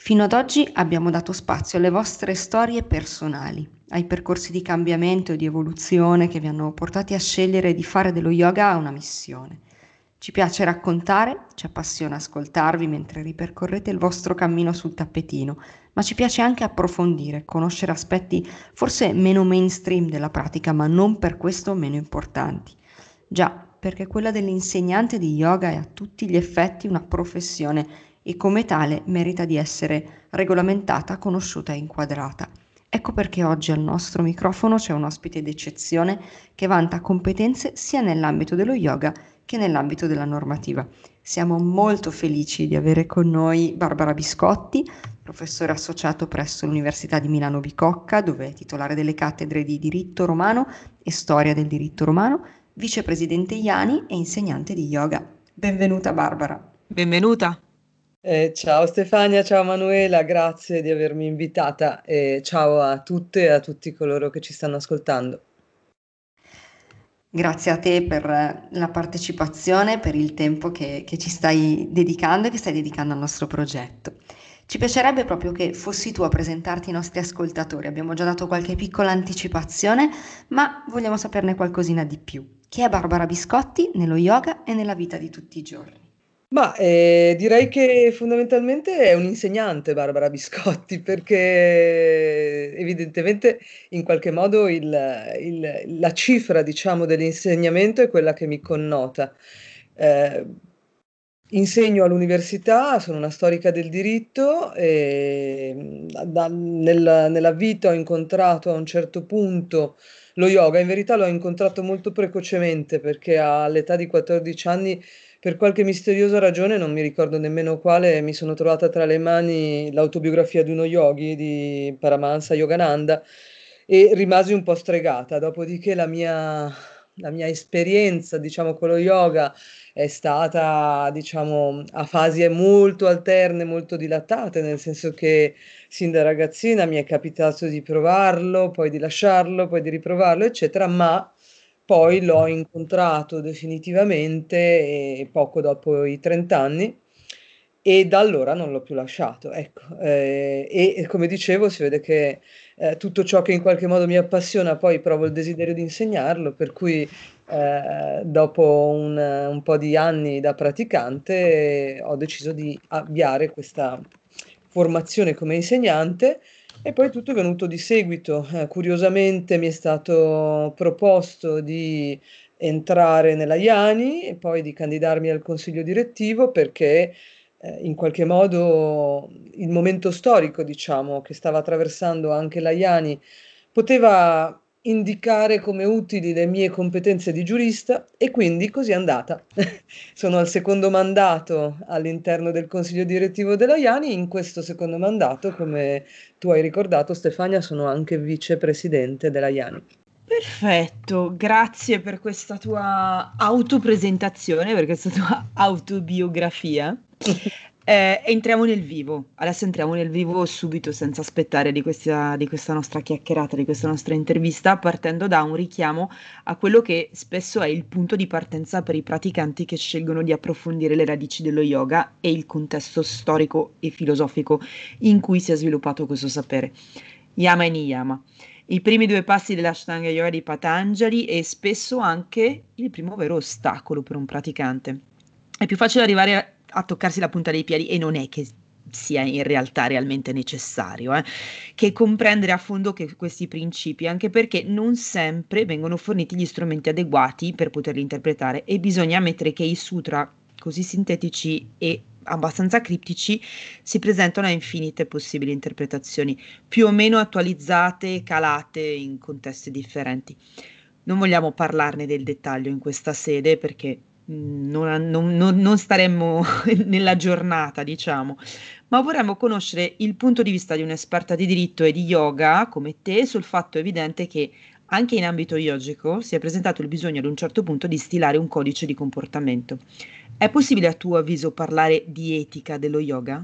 Fino ad oggi abbiamo dato spazio alle vostre storie personali, ai percorsi di cambiamento e di evoluzione che vi hanno portati a scegliere di fare dello yoga una missione. Ci piace raccontare, ci appassiona ascoltarvi mentre ripercorrete il vostro cammino sul tappetino, ma ci piace anche approfondire, conoscere aspetti forse meno mainstream della pratica, ma non per questo meno importanti. Già, perché quella dell'insegnante di yoga è a tutti gli effetti una professione e come tale merita di essere regolamentata, conosciuta e inquadrata. Ecco perché oggi al nostro microfono c'è un ospite d'eccezione che vanta competenze sia nell'ambito dello yoga che nell'ambito della normativa. Siamo molto felici di avere con noi Barbara Biscotti, professore associato presso l'Università di Milano Bicocca, dove è titolare delle cattedre di diritto romano e storia del diritto romano, vicepresidente IANI e insegnante di yoga. Benvenuta Barbara. Benvenuta. Ciao Stefania, ciao Manuela, grazie di avermi invitata e ciao a tutte e a tutti coloro che ci stanno ascoltando. Grazie a te per la partecipazione, per il tempo che ci stai dedicando e che stai dedicando al nostro progetto. Ci piacerebbe proprio che fossi tu a presentarti ai nostri ascoltatori. Abbiamo già dato qualche piccola anticipazione, ma vogliamo saperne qualcosina di più. Chi è Barbara Biscotti nello yoga e nella vita di tutti i giorni? Direi che fondamentalmente è un insegnante Barbara Biscotti, perché evidentemente in qualche modo la cifra, diciamo, dell'insegnamento è quella che mi connota. Eh, Insegno all'università, sono una storica del diritto e nella vita ho incontrato a un certo punto lo yoga. In verità l'ho incontrato molto precocemente perché all'età di 14 anni, per qualche misteriosa ragione, non mi ricordo nemmeno quale, mi sono trovata tra le mani l'autobiografia di uno yogi di Paramahansa Yogananda e rimasi un po' stregata. Dopodiché la mia esperienza, diciamo, con lo yoga è stata, diciamo, a fasi molto alterne, molto dilattate, nel senso che sin da ragazzina mi è capitato di provarlo, poi di lasciarlo, poi di riprovarlo, eccetera, ma poi l'ho incontrato definitivamente poco dopo i 30 anni e da allora non l'ho più lasciato. Ecco. E come dicevo, si vede che tutto ciò che in qualche modo mi appassiona, poi provo il desiderio di insegnarlo, per cui dopo un po' di anni da praticante ho deciso di avviare questa formazione come insegnante e poi tutto è venuto di seguito. Curiosamente mi è stato proposto di entrare nella IANI e poi di candidarmi al consiglio direttivo perché in qualche modo il momento storico, diciamo, che stava attraversando anche la IANI poteva indicare come utili le mie competenze di giurista e quindi così è andata. Sono al secondo mandato all'interno del consiglio direttivo della IANI. In questo secondo mandato, come tu hai ricordato, Stefania, sono anche vicepresidente della IANI. Perfetto, grazie per questa tua autopresentazione, per questa tua autobiografia. Entriamo nel vivo. Adesso entriamo nel vivo subito, senza aspettare di questa nostra chiacchierata, di questa nostra intervista, partendo da un richiamo a quello che spesso è il punto di partenza per i praticanti che scelgono di approfondire le radici dello yoga e il contesto storico e filosofico in cui si è sviluppato questo sapere. Yama e Niyama. I primi due passi dell'Ashtanga Yoga di Patanjali e spesso anche il primo vero ostacolo per un praticante. È più facile arrivare a toccarsi la punta dei piedi e non è che sia in realtà realmente necessario, che comprendere a fondo questi principi, anche perché non sempre vengono forniti gli strumenti adeguati per poterli interpretare e bisogna ammettere che i sutra così sintetici e abbastanza criptici si presentano a infinite possibili interpretazioni, più o meno attualizzate e calate in contesti differenti. Non vogliamo parlarne del dettaglio in questa sede perché non staremmo nella giornata, diciamo, ma vorremmo conoscere il punto di vista di un'esperta di diritto e di yoga come te sul fatto evidente che anche in ambito yogico si è presentato il bisogno ad un certo punto di stilare un codice di comportamento. È possibile a tuo avviso parlare di etica dello yoga?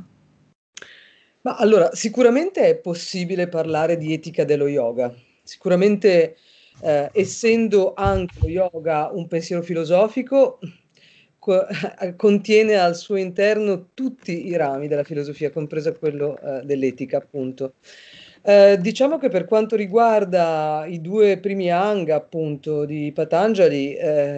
Ma allora, sicuramente è possibile parlare di etica dello yoga. Sicuramente, essendo anche lo yoga un pensiero filosofico, contiene al suo interno tutti i rami della filosofia, compreso quello dell'etica, appunto. Diciamo che per quanto riguarda i due primi Anga, appunto, di Patanjali,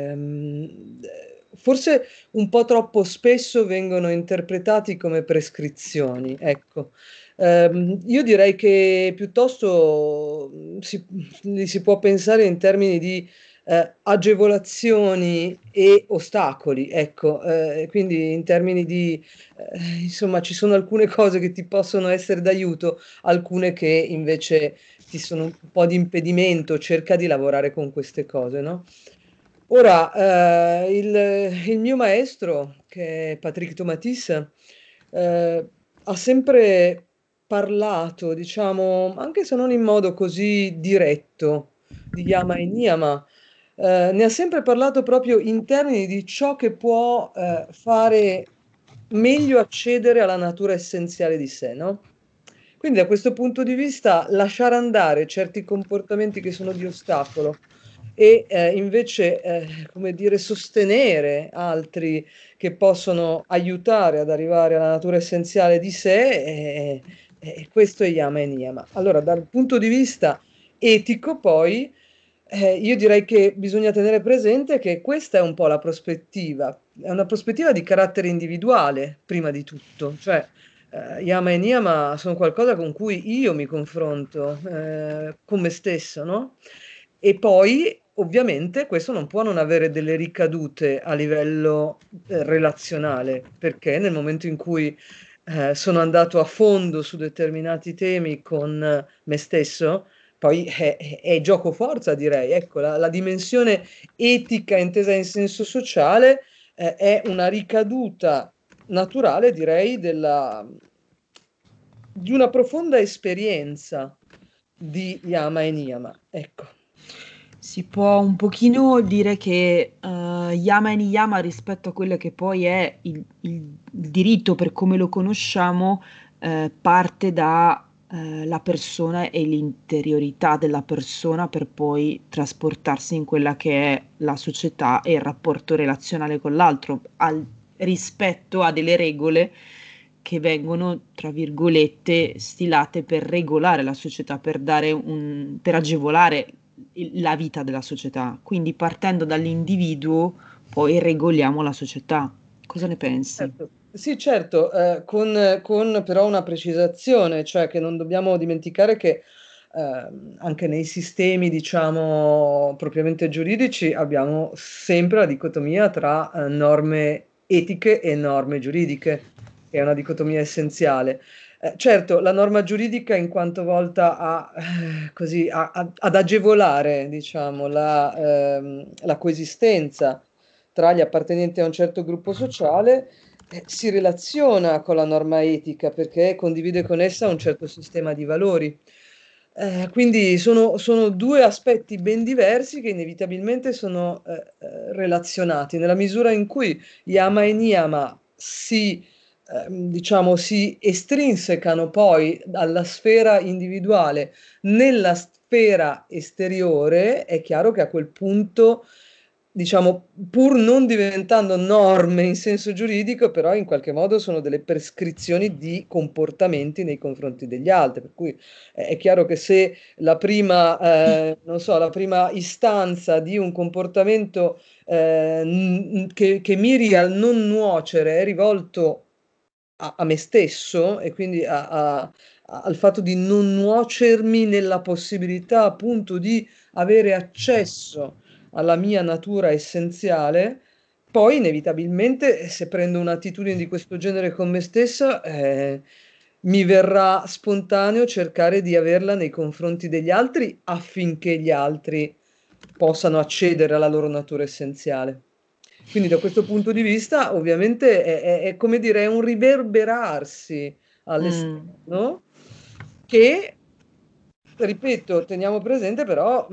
forse un po' troppo spesso vengono interpretati come prescrizioni, ecco. Io direi che piuttosto li si può pensare in termini di agevolazioni e ostacoli, ecco, quindi in termini di, insomma, ci sono alcune cose che ti possono essere d'aiuto, alcune che invece ti sono un po' di impedimento, cerca di lavorare con queste cose, no? Ora, il mio maestro, che è Patrick Tomatis, ha sempre parlato, diciamo, anche se non in modo così diretto, di Yama e Niyama, ne ha sempre parlato proprio in termini di ciò che può fare meglio accedere alla natura essenziale di sé, no? Quindi da questo punto di vista lasciare andare certi comportamenti che sono di ostacolo e invece, come dire, sostenere altri che possono aiutare ad arrivare alla natura essenziale di sé, questo è Yama e Niyama. Allora, dal punto di vista etico, poi, io direi che bisogna tenere presente che questa è un po' la prospettiva, è una prospettiva di carattere individuale, prima di tutto, cioè Yama e Niyama sono qualcosa con cui io mi confronto con me stesso, no? E poi, ovviamente, questo non può non avere delle ricadute a livello relazionale, perché nel momento in cui sono andato a fondo su determinati temi con me stesso, poi è gioco forza, direi. Ecco, la dimensione etica intesa in senso sociale è una ricaduta naturale, direi, di una profonda esperienza di Yama e Niyama. Ecco. Si può un pochino dire che Yama e Niyama rispetto a quello che poi è il diritto per come lo conosciamo parte da la persona e l'interiorità della persona per poi trasportarsi in quella che è la società e il rapporto relazionale con l'altro, rispetto a delle regole che vengono, tra virgolette, stilate per regolare la società, per per agevolare la vita della società. Quindi partendo dall'individuo, poi regoliamo la società. Cosa ne pensi? Certo. Sì, certo, con però una precisazione, cioè che non dobbiamo dimenticare che anche nei sistemi, diciamo, propriamente giuridici abbiamo sempre la dicotomia tra norme etiche e norme giuridiche, che è una dicotomia essenziale. Certo, la norma giuridica in quanto volta così, ad agevolare, diciamo, la coesistenza tra gli appartenenti a un certo gruppo sociale, si relaziona con la norma etica perché condivide con essa un certo sistema di valori. Quindi sono due aspetti ben diversi che inevitabilmente sono relazionati nella misura in cui Yama e Niyama diciamo, si estrinsecano poi dalla sfera individuale nella sfera esteriore. È chiaro che a quel punto, diciamo, pur non diventando norme in senso giuridico, però in qualche modo sono delle prescrizioni di comportamenti nei confronti degli altri. Per cui è chiaro che se la prima, non so, la prima istanza di un comportamento che miri al non nuocere è rivolto a me stesso e quindi al fatto di non nuocermi nella possibilità appunto di avere accesso alla mia natura essenziale, poi inevitabilmente se prendo un'attitudine di questo genere con me stessa, mi verrà spontaneo cercare di averla nei confronti degli altri affinché gli altri possano accedere alla loro natura essenziale. Quindi da questo punto di vista, ovviamente, è come dire, è un riverberarsi all'esterno che, ripeto, teniamo presente, però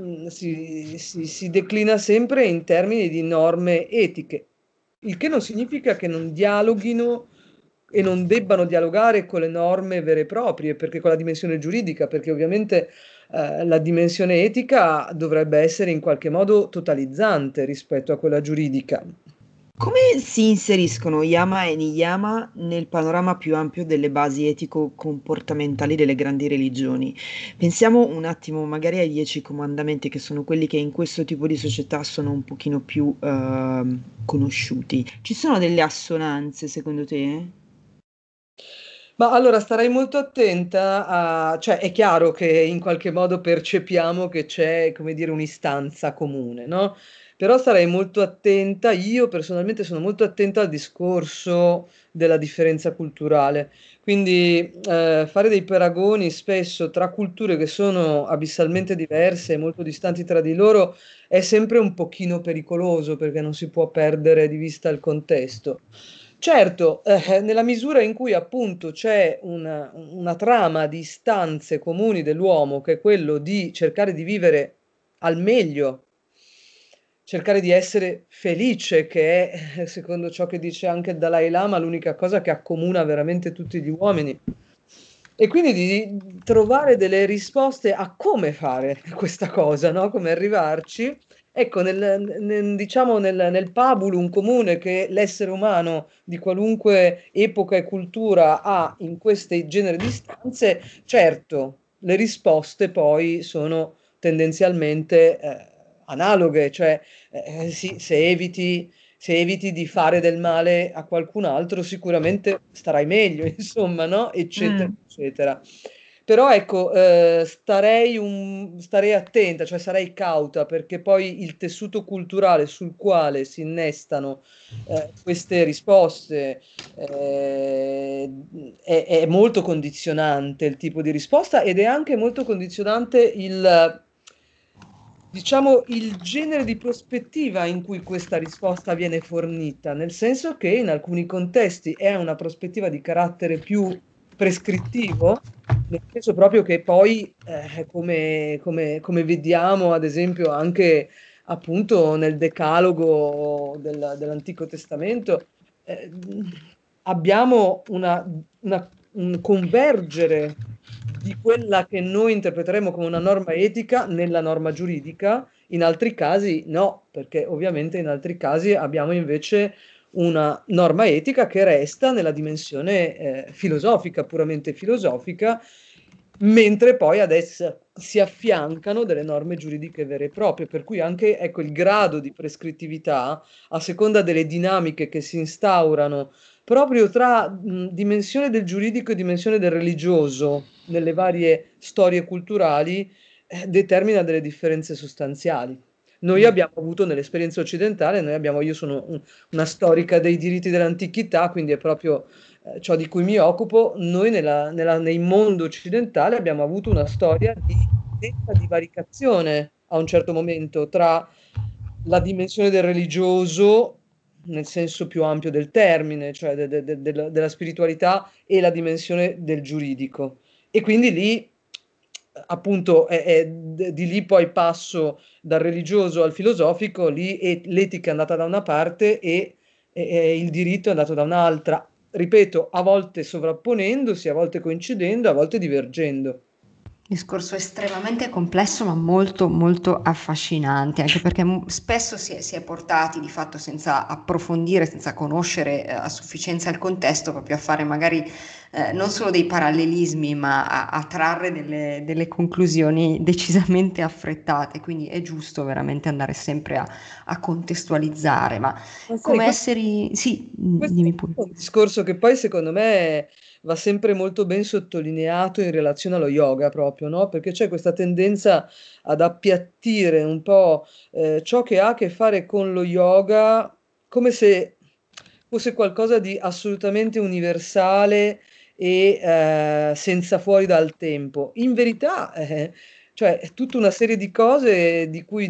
si declina sempre in termini di norme etiche, il che non significa che non dialoghino e non debbano dialogare con le norme vere e proprie, perché con la dimensione giuridica, perché ovviamente la dimensione etica dovrebbe essere in qualche modo totalizzante rispetto a quella giuridica. Come si inseriscono Yama e Niyama nel panorama più ampio delle basi etico-comportamentali delle grandi religioni? Pensiamo un attimo magari ai 10 comandamenti, che sono quelli che in questo tipo di società sono un pochino più conosciuti. Ci sono delle assonanze secondo te? Ma allora starei molto attenta cioè è chiaro che in qualche modo percepiamo che c'è, come dire, un'istanza comune, no? Però starei molto attenta, io personalmente sono molto attenta al discorso della differenza culturale. Quindi fare dei paragoni spesso tra culture che sono abissalmente diverse e molto distanti tra di loro è sempre un pochino pericoloso perché non si può perdere di vista il contesto. Certo, nella misura in cui appunto c'è una trama di istanze comuni dell'uomo, che è quello di cercare di vivere al meglio, cercare di essere felice, che è, secondo ciò che dice anche il Dalai Lama, l'unica cosa che accomuna veramente tutti gli uomini. E quindi di trovare delle risposte a come fare questa cosa, no? Come arrivarci. Ecco, diciamo nel pabulum comune che l'essere umano di qualunque epoca e cultura ha in questi generi di stanze, certo, le risposte poi sono tendenzialmente analoghe, cioè sì, se eviti di fare del male a qualcun altro, sicuramente starai meglio, insomma, no? Eccetera, Mm. eccetera. Però ecco, starei attenta, cioè sarei cauta, perché poi il tessuto culturale sul quale si innestano queste risposte è molto condizionante il tipo di risposta ed è anche molto condizionante diciamo, il genere di prospettiva in cui questa risposta viene fornita, nel senso che in alcuni contesti è una prospettiva di carattere più prescrittivo, nel senso proprio che poi, come vediamo, ad esempio, anche appunto nel Decalogo dell'Antico Testamento, eh, abbiamo un convergere di quella che noi interpreteremo come una norma etica nella norma giuridica, in altri casi no, perché ovviamente in altri casi abbiamo invece una norma etica che resta nella dimensione filosofica, puramente filosofica, mentre poi adesso si affiancano delle norme giuridiche vere e proprie, per cui anche ecco, il grado di prescrittività, a seconda delle dinamiche che si instaurano proprio tra dimensione del giuridico e dimensione del religioso nelle varie storie culturali, determina delle differenze sostanziali. Noi Mm. abbiamo avuto nell'esperienza occidentale, io sono una storica dei diritti dell'antichità, quindi è proprio ciò di cui mi occupo. Noi nel mondo occidentale abbiamo avuto una storia di netta divaricazione a un certo momento tra la dimensione del religioso nel senso più ampio del termine, cioè della spiritualità e la dimensione del giuridico. E quindi lì, appunto, di lì poi passo dal religioso al filosofico, lì l'etica è andata da una parte e il diritto è andato da un'altra. Ripeto, a volte sovrapponendosi, a volte coincidendo, a volte divergendo. Discorso estremamente complesso ma molto molto affascinante, anche perché spesso si è portati di fatto senza approfondire, senza conoscere a sufficienza il contesto, proprio a fare magari non solo dei parallelismi, ma a trarre delle conclusioni decisamente affrettate. Quindi è giusto veramente andare sempre a contestualizzare, ma Ma sai, come esseri... Sì, questo dimmi pure. è un discorso che poi secondo me va sempre molto ben sottolineato in relazione allo yoga proprio, no? Perché c'è questa tendenza ad appiattire un po' ciò che ha a che fare con lo yoga come se fosse qualcosa di assolutamente universale e senza fuori dal tempo. In verità, cioè, è tutta una serie di cose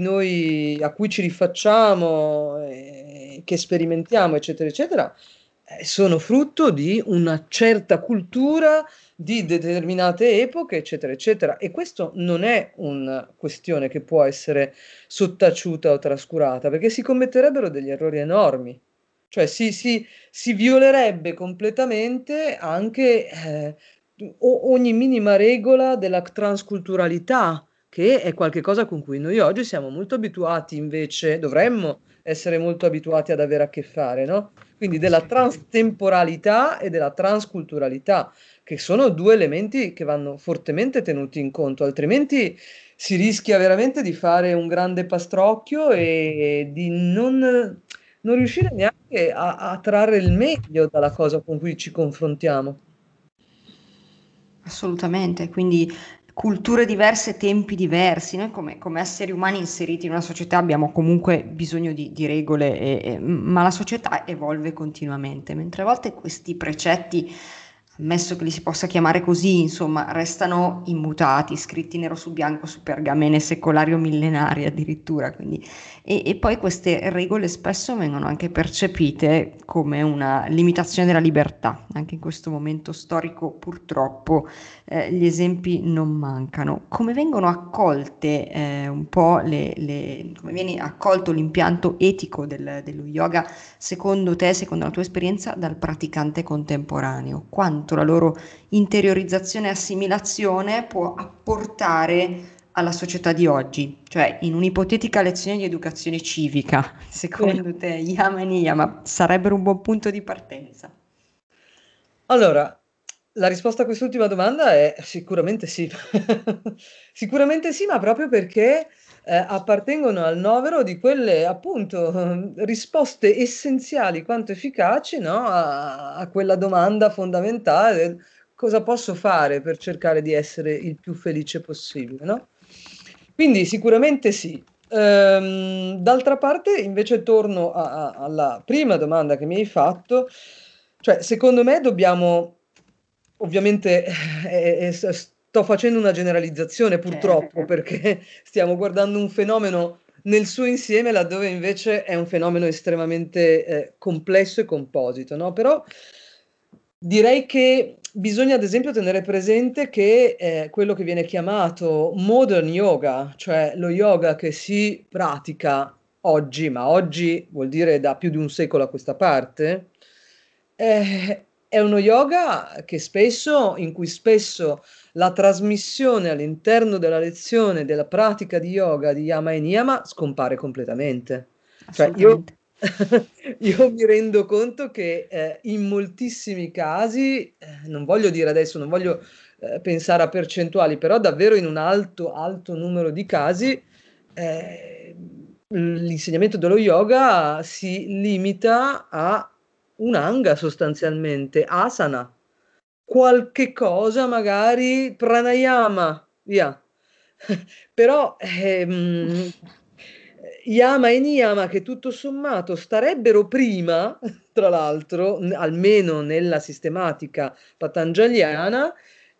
a cui ci rifacciamo, che sperimentiamo, eccetera, eccetera, sono frutto di una certa cultura di determinate epoche, eccetera, eccetera. E questo non è una questione che può essere sottaciuta o trascurata, perché si commetterebbero degli errori enormi. Cioè si violerebbe completamente anche ogni minima regola della transculturalità che è qualcosa con cui noi oggi siamo molto abituati, invece dovremmo essere molto abituati ad avere a che fare, no? Quindi della transtemporalità e della transculturalità, che sono due elementi che vanno fortemente tenuti in conto, altrimenti si rischia veramente di fare un grande pastrocchio e di non riuscire neanche a trarre il meglio dalla cosa con cui ci confrontiamo. Assolutamente, quindi culture diverse, tempi diversi. Noi come esseri umani inseriti in una società abbiamo comunque bisogno di regole, ma la società evolve continuamente, mentre a volte questi precetti, ammesso che li si possa chiamare così, insomma, restano immutati, scritti nero su bianco su pergamene secolari o millenari addirittura. Quindi, e poi queste regole spesso vengono anche percepite come una limitazione della libertà. Anche in questo momento storico, purtroppo, gli esempi non mancano. Come vengono accolte un po' come viene accolto l'impianto etico dello yoga, secondo te, secondo la tua esperienza, dal praticante contemporaneo? Quanto la loro interiorizzazione e assimilazione può apportare alla società di oggi? Cioè, in un'ipotetica lezione di educazione civica, secondo te, yama e niyama sarebbero un buon punto di partenza? Allora, la risposta a quest'ultima domanda è sicuramente sì. Sicuramente sì, ma proprio perché appartengono al novero di quelle appunto risposte essenziali quanto efficaci, no, a quella domanda fondamentale del cosa posso fare per cercare di essere il più felice possibile, no? Quindi sicuramente sì. D'altra parte, invece, torno alla prima domanda che mi hai fatto. Cioè, secondo me dobbiamo, ovviamente, sto facendo una generalizzazione purtroppo, Certo. perché stiamo guardando un fenomeno nel suo insieme, laddove invece è un fenomeno estremamente complesso e composito, no? Però direi che bisogna ad esempio tenere presente che quello che viene chiamato modern yoga, cioè lo yoga che si pratica oggi, ma oggi vuol dire da più di un secolo a questa parte, è uno yoga in cui spesso la trasmissione all'interno della lezione della pratica di yoga di Yama e Niyama scompare completamente. Cioè io, Assolutamente. io mi rendo conto che in moltissimi casi, non voglio dire adesso, non voglio pensare a percentuali, però davvero in un alto, alto numero di casi eh, l'insegnamento dello yoga si limita a un'anga sostanzialmente, asana, qualche cosa magari pranayama, via. Però Yama e Niyama che tutto sommato starebbero prima, tra l'altro, almeno nella sistematica patanjaliana,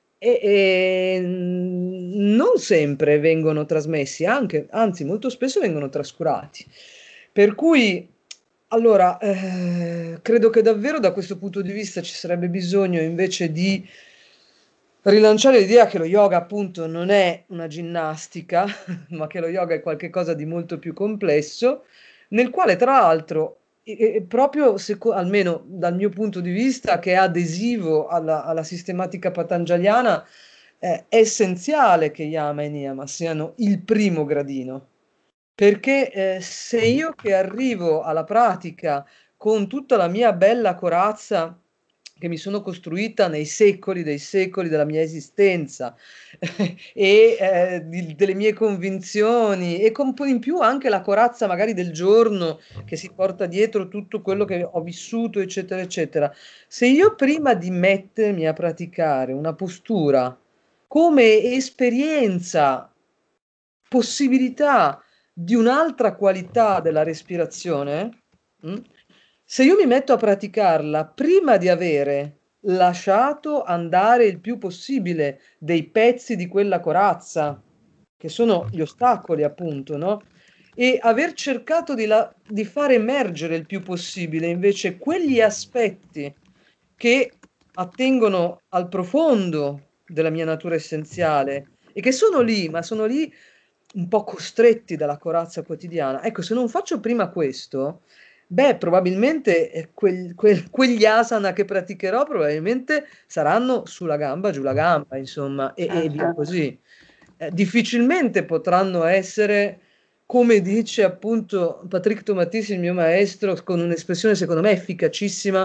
non sempre vengono trasmessi, anzi molto spesso vengono trascurati. Per cui, allora, credo che davvero da questo punto di vista ci sarebbe bisogno invece di rilanciare l'idea che lo yoga appunto non è una ginnastica, ma che lo yoga è qualcosa di molto più complesso, nel quale tra l'altro, proprio almeno dal mio punto di vista, che è adesivo alla sistematica patanjaliana, è essenziale che Yama e Niyama siano il primo gradino. Perché se io che arrivo alla pratica con tutta la mia bella corazza che mi sono costruita nei secoli dei secoli della mia esistenza e delle mie convinzioni e con poi in più anche la corazza magari del giorno che si porta dietro tutto quello che ho vissuto, eccetera, eccetera. Se io prima di mettermi a praticare una postura come esperienza, possibilità di un'altra qualità della respirazione, se io mi metto a praticarla prima di avere lasciato andare il più possibile dei pezzi di quella corazza, che sono gli ostacoli, appunto, no? E aver cercato di far emergere il più possibile invece quegli aspetti che attengono al profondo della mia natura essenziale e che sono lì, ma sono lì un po' costretti dalla corazza quotidiana. Ecco, se non faccio prima questo, beh, probabilmente quegli asana che praticherò probabilmente saranno sulla gamba, giù la gamba, insomma, e via Certo. così. difficilmente potranno essere, come dice appunto Patrick Tomatis, il mio maestro, con un'espressione secondo me efficacissima,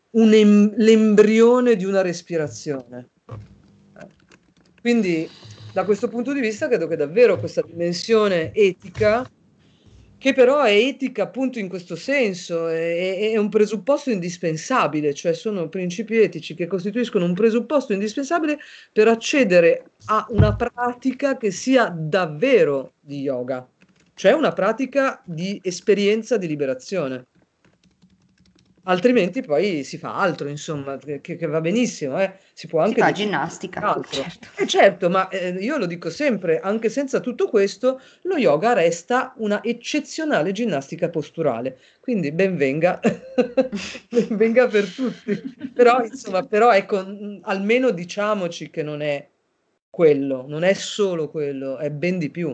l'embrione di una respirazione. Quindi da questo punto di vista credo che davvero questa dimensione etica, che però è etica appunto in questo senso, è un presupposto indispensabile, cioè sono principi etici che costituiscono un presupposto indispensabile per accedere a una pratica che sia davvero di yoga, cioè una pratica di esperienza di liberazione. Altrimenti poi si fa altro, insomma, che va benissimo, si può Si anche fa dedicare ginnastica, a altro. certo. Certo, ma io lo dico sempre, anche senza tutto questo, lo yoga resta una eccezionale ginnastica posturale. Quindi ben venga, ben venga per tutti. Però, insomma, però ecco, almeno diciamoci che non è quello, non è solo quello, è ben di più.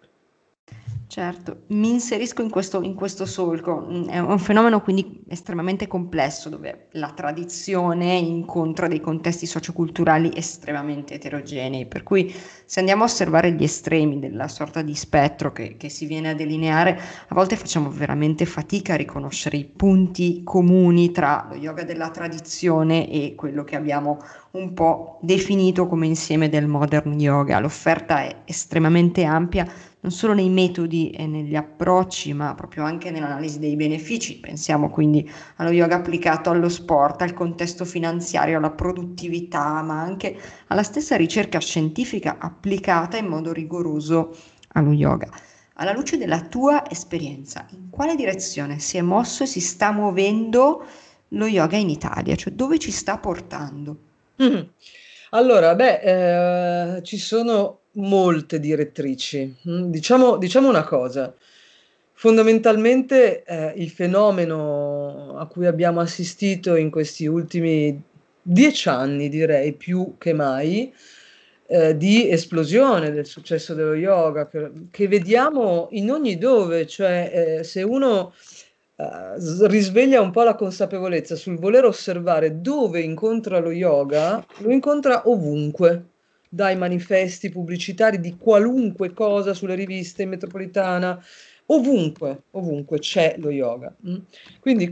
Certo, mi inserisco in questo solco. È un fenomeno quindi estremamente complesso dove la tradizione incontra dei contesti socioculturali estremamente eterogenei, per cui se andiamo a osservare gli estremi della sorta di spettro che si viene a delineare, a volte facciamo veramente fatica a riconoscere i punti comuni tra lo yoga della tradizione e quello che abbiamo un po' definito come insieme del modern yoga. L'offerta è estremamente ampia non solo nei metodi e negli approcci, ma proprio anche nell'analisi dei benefici. Pensiamo quindi allo yoga applicato allo sport, al contesto finanziario, alla produttività, ma anche alla stessa ricerca scientifica applicata in modo rigoroso allo yoga. Alla luce della tua esperienza, in quale direzione si è mosso e si sta muovendo lo yoga in Italia? Cioè dove ci sta portando? Allora, beh, ci sono molte direttrici. Diciamo una cosa. Fondamentalmente, il fenomeno a cui abbiamo assistito in questi ultimi 10 anni, direi più che mai, di esplosione del successo dello yoga, che vediamo in ogni dove, cioè se uno risveglia un po' la consapevolezza sul voler osservare dove incontra lo yoga, lo incontra ovunque, dai manifesti pubblicitari di qualunque cosa sulle riviste in metropolitana, ovunque, ovunque c'è lo yoga. Quindi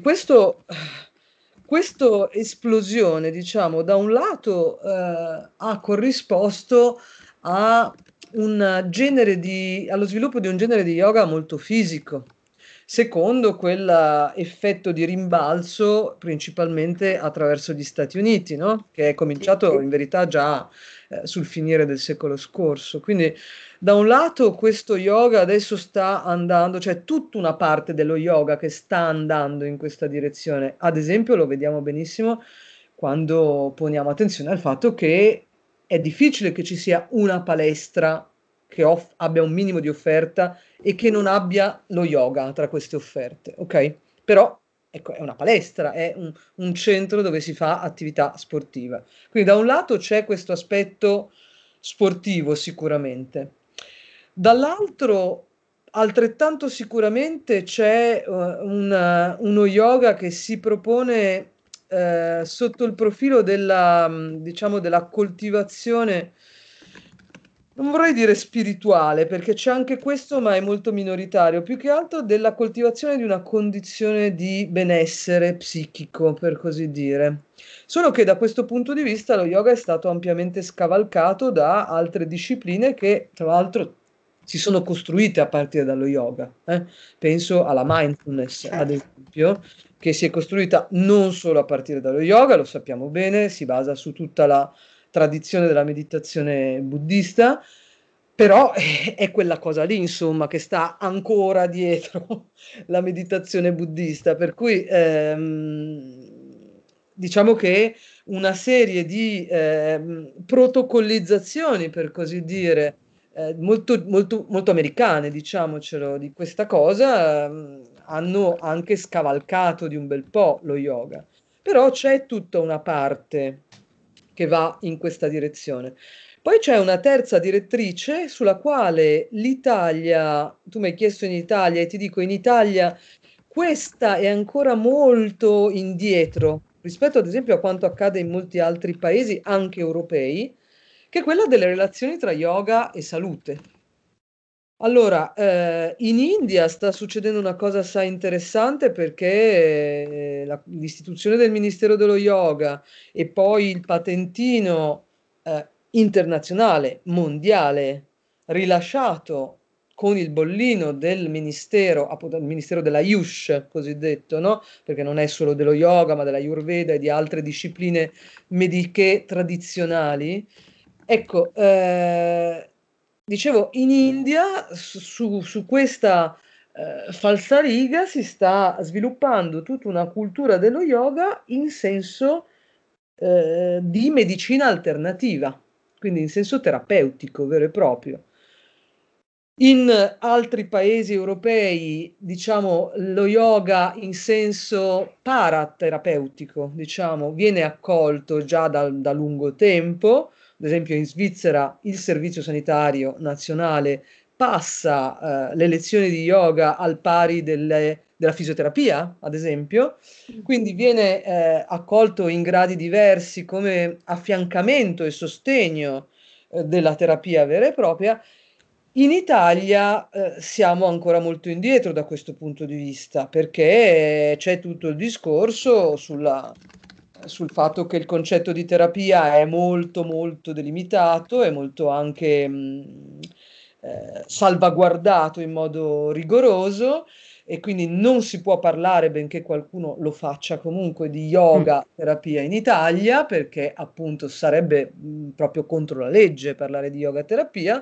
questa esplosione, diciamo, da un lato ha corrisposto a allo sviluppo di un genere di yoga molto fisico. Secondo quell'effetto di rimbalzo principalmente attraverso gli Stati Uniti, no? Che è cominciato in verità già sul finire del secolo scorso. Quindi da un lato questo yoga adesso sta andando, cioè tutta una parte dello yoga che sta andando in questa direzione. Ad esempio lo vediamo benissimo quando poniamo attenzione al fatto che è difficile che ci sia una palestra che abbia un minimo di offerta e che non abbia lo yoga tra queste offerte, ok? Però ecco, è una palestra, è un centro dove si fa attività sportiva. Quindi da un lato c'è questo aspetto sportivo sicuramente, dall'altro altrettanto sicuramente c'è uno yoga che si propone sotto il profilo diciamo, della coltivazione, non vorrei dire spirituale, perché c'è anche questo, ma è molto minoritario, più che altro della coltivazione di una condizione di benessere psichico, per così dire. Solo che da questo punto di vista lo yoga è stato ampiamente scavalcato da altre discipline che, tra l'altro, si sono costruite a partire dallo yoga. Penso alla mindfulness, ad esempio, che si è costruita non solo a partire dallo yoga, lo sappiamo bene, si basa su tutta la tradizione della meditazione buddista, però è quella cosa lì, insomma, che sta ancora dietro la meditazione buddista, per cui diciamo che una serie di protocollizzazioni, per così dire, molto americane, diciamocelo, di questa cosa, hanno anche scavalcato di un bel po' lo yoga. Però c'è tutta una parte che va in questa direzione. Poi c'è una terza direttrice sulla quale l'Italia, tu mi hai chiesto in Italia e ti dico in Italia, questa è ancora molto indietro rispetto ad esempio a quanto accade in molti altri paesi, anche europei, che è quella delle relazioni tra yoga e salute. Allora, in India sta succedendo una cosa assai interessante perché l'istituzione del Ministero dello Yoga e poi il patentino internazionale, mondiale, rilasciato con il bollino del Ministero, appunto, il Ministero della Ayush, cosiddetto, no? Perché non è solo dello yoga, ma della Ayurveda e di altre discipline mediche tradizionali. Ecco, dicevo, in India su questa falsariga si sta sviluppando tutta una cultura dello yoga in senso di medicina alternativa, quindi in senso terapeutico vero e proprio. In altri paesi europei, diciamo, lo yoga in senso paraterapeutico, diciamo, viene accolto già da lungo tempo. Ad esempio in Svizzera il Servizio Sanitario Nazionale passa le lezioni di yoga al pari della fisioterapia, ad esempio, quindi viene accolto in gradi diversi come affiancamento e sostegno della terapia vera e propria. In Italia siamo ancora molto indietro da questo punto di vista, perché c'è tutto il discorso sul fatto che il concetto di terapia è molto molto delimitato, è molto anche salvaguardato in modo rigoroso e quindi non si può parlare, benché qualcuno lo faccia comunque, di yoga terapia in Italia, perché appunto sarebbe proprio contro la legge parlare di yoga terapia.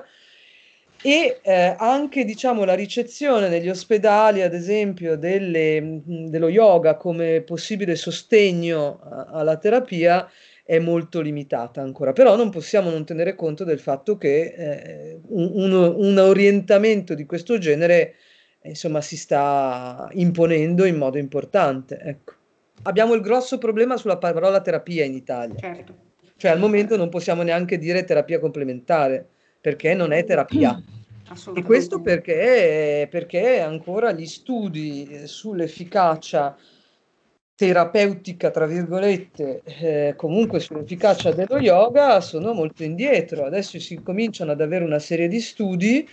E anche diciamo, la ricezione negli ospedali, ad esempio, dello yoga come possibile sostegno alla terapia è molto limitata ancora. Però non possiamo non tenere conto del fatto che un orientamento di questo genere insomma, si sta imponendo in modo importante. Ecco. Abbiamo il grosso problema sulla parola terapia in Italia. Certo. Cioè al momento non possiamo neanche dire terapia complementare, perché non è terapia. E questo perché ancora gli studi sull'efficacia terapeutica, tra virgolette, comunque sull'efficacia dello yoga sono molto indietro. Adesso si cominciano ad avere una serie di studi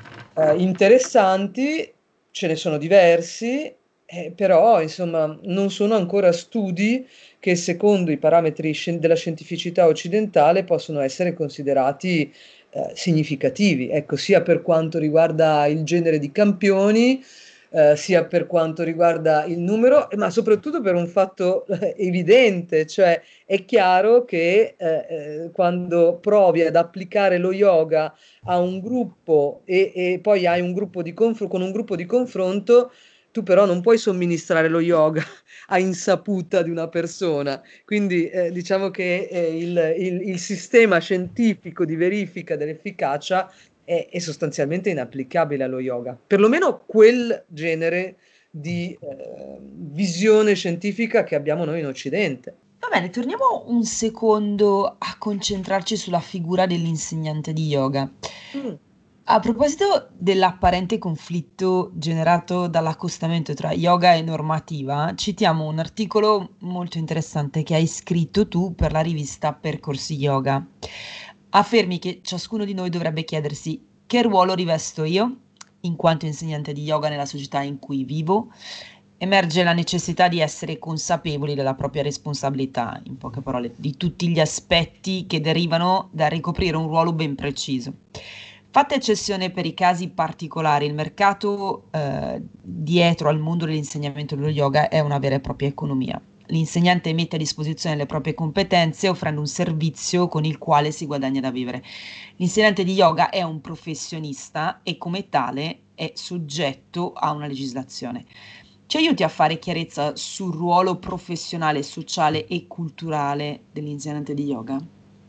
interessanti, ce ne sono diversi, però insomma non sono ancora studi che secondo i parametri della scientificità occidentale possono essere considerati significativi, ecco, sia per quanto riguarda il genere di campioni, sia per quanto riguarda il numero, ma soprattutto per un fatto evidente, cioè è chiaro che quando provi ad applicare lo yoga a un gruppo e poi hai un gruppo di con un gruppo di confronto, tu però non puoi somministrare lo yoga a insaputa di una persona. Quindi diciamo che il sistema scientifico di verifica dell'efficacia è sostanzialmente inapplicabile allo yoga. Perlomeno quel genere di visione scientifica che abbiamo noi in Occidente. Va bene, torniamo un secondo a concentrarci sulla figura dell'insegnante di yoga. Mm. A proposito dell'apparente conflitto generato dall'accostamento tra yoga e normativa, citiamo un articolo molto interessante che hai scritto tu per la rivista Percorsi Yoga. Affermi che ciascuno di noi dovrebbe chiedersi che ruolo rivesto io, in quanto insegnante di yoga nella società in cui vivo. Emerge la necessità di essere consapevoli della propria responsabilità, in poche parole, di tutti gli aspetti che derivano da ricoprire un ruolo ben preciso. Fatta eccezione per i casi particolari, il mercato dietro al mondo dell'insegnamento dello yoga è una vera e propria economia. L'insegnante mette a disposizione le proprie competenze offrendo un servizio con il quale si guadagna da vivere. L'insegnante di yoga è un professionista e come tale è soggetto a una legislazione. Ci aiuti a fare chiarezza sul ruolo professionale, sociale e culturale dell'insegnante di yoga?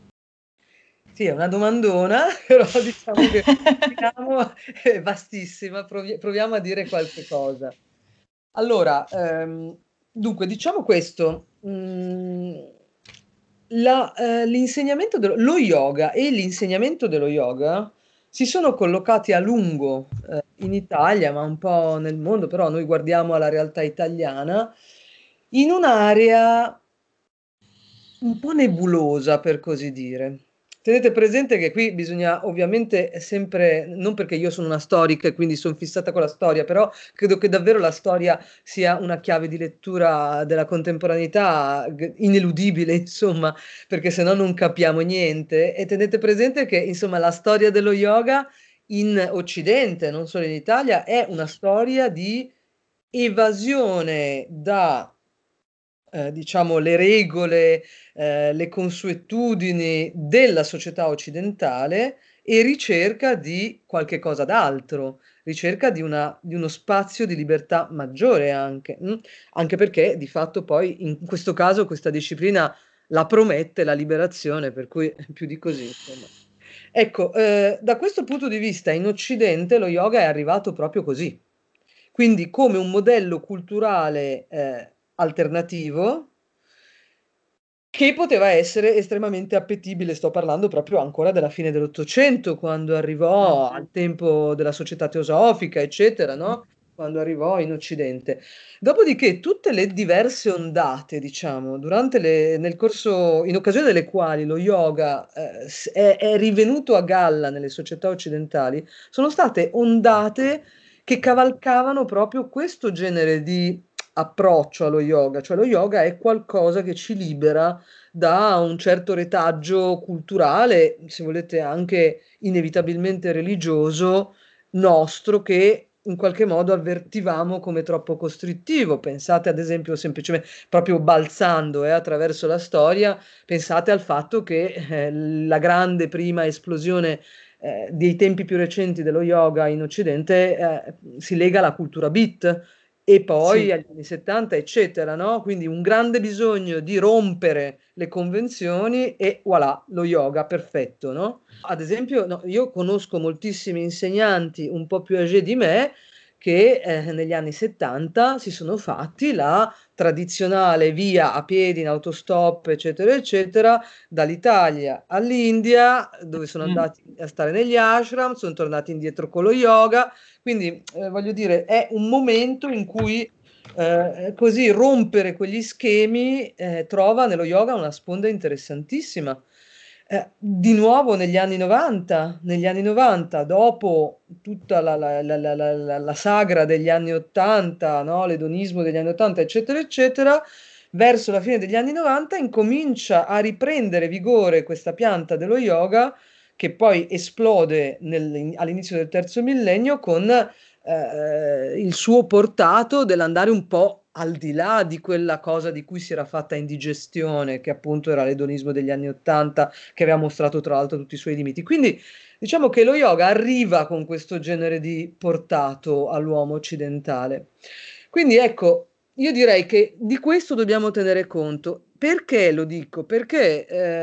Sì, è una domandona, però diciamo che è vastissima, proviamo a dire qualche cosa. Allora, dunque, diciamo questo, l'insegnamento lo yoga e l'insegnamento dello yoga si sono collocati a lungo in Italia, ma un po' nel mondo, però noi guardiamo alla realtà italiana, in un'area un po' nebulosa, per così dire. tenete presente che qui bisogna ovviamente sempre, non perché io sono una storica e quindi sono fissata con la storia, però credo che davvero la storia sia una chiave di lettura della contemporaneità ineludibile, insomma, perché se no non capiamo niente. E tenete presente che, insomma, la storia dello yoga in Occidente, non solo in Italia, è una storia di evasione da diciamo, le regole, le consuetudini della società occidentale e ricerca di qualche cosa d'altro, ricerca di uno spazio di libertà maggiore anche, anche perché di fatto poi in questo caso questa disciplina la promette la liberazione, per cui più di così, insomma. Ecco, da questo punto di vista in Occidente lo yoga è arrivato proprio così, quindi come un modello culturale alternativo che poteva essere estremamente appetibile. Sto parlando proprio ancora della fine dell'Ottocento, quando arrivò al tempo della società teosofica, eccetera, no? Quando arrivò in Occidente. Dopodiché tutte le diverse ondate, diciamo, nel corso, in occasione delle quali lo yoga è rivenuto a galla nelle società occidentali, sono state ondate che cavalcavano proprio questo genere di approccio allo yoga, cioè lo yoga è qualcosa che ci libera da un certo retaggio culturale, se volete anche inevitabilmente religioso, nostro, che in qualche modo avvertivamo come troppo costrittivo. Pensate ad esempio semplicemente, proprio balzando attraverso la storia, pensate al fatto che la grande prima esplosione dei tempi più recenti dello yoga in Occidente si lega alla cultura beat e poi Sì. agli anni 70, eccetera, no? Quindi un grande bisogno di rompere le convenzioni e voilà, lo yoga perfetto, no? Ad esempio, no, io conosco moltissimi insegnanti un po' più âgé di me che negli anni 70 si sono fatti la tradizionale via a piedi in autostop, eccetera, eccetera, dall'Italia all'India, dove sono andati a stare negli ashram, sono tornati indietro con lo yoga. Quindi voglio dire, è un momento in cui così rompere quegli schemi trova nello yoga una sponda interessantissima. Di nuovo negli anni 90, dopo tutta la sagra degli anni 80, no? L'edonismo degli anni 80, eccetera, eccetera, verso la fine degli anni 90 incomincia a riprendere vigore questa pianta dello yoga che poi esplode all'inizio del terzo millennio con il suo portato dell'andare un po' al di là di quella cosa di cui si era fatta indigestione, che appunto era l'edonismo degli anni Ottanta, che aveva mostrato tra l'altro tutti i suoi limiti. Quindi diciamo che lo yoga arriva con questo genere di portato all'uomo occidentale. Quindi ecco, io direi che di questo dobbiamo tenere conto. Perché lo dico? Perché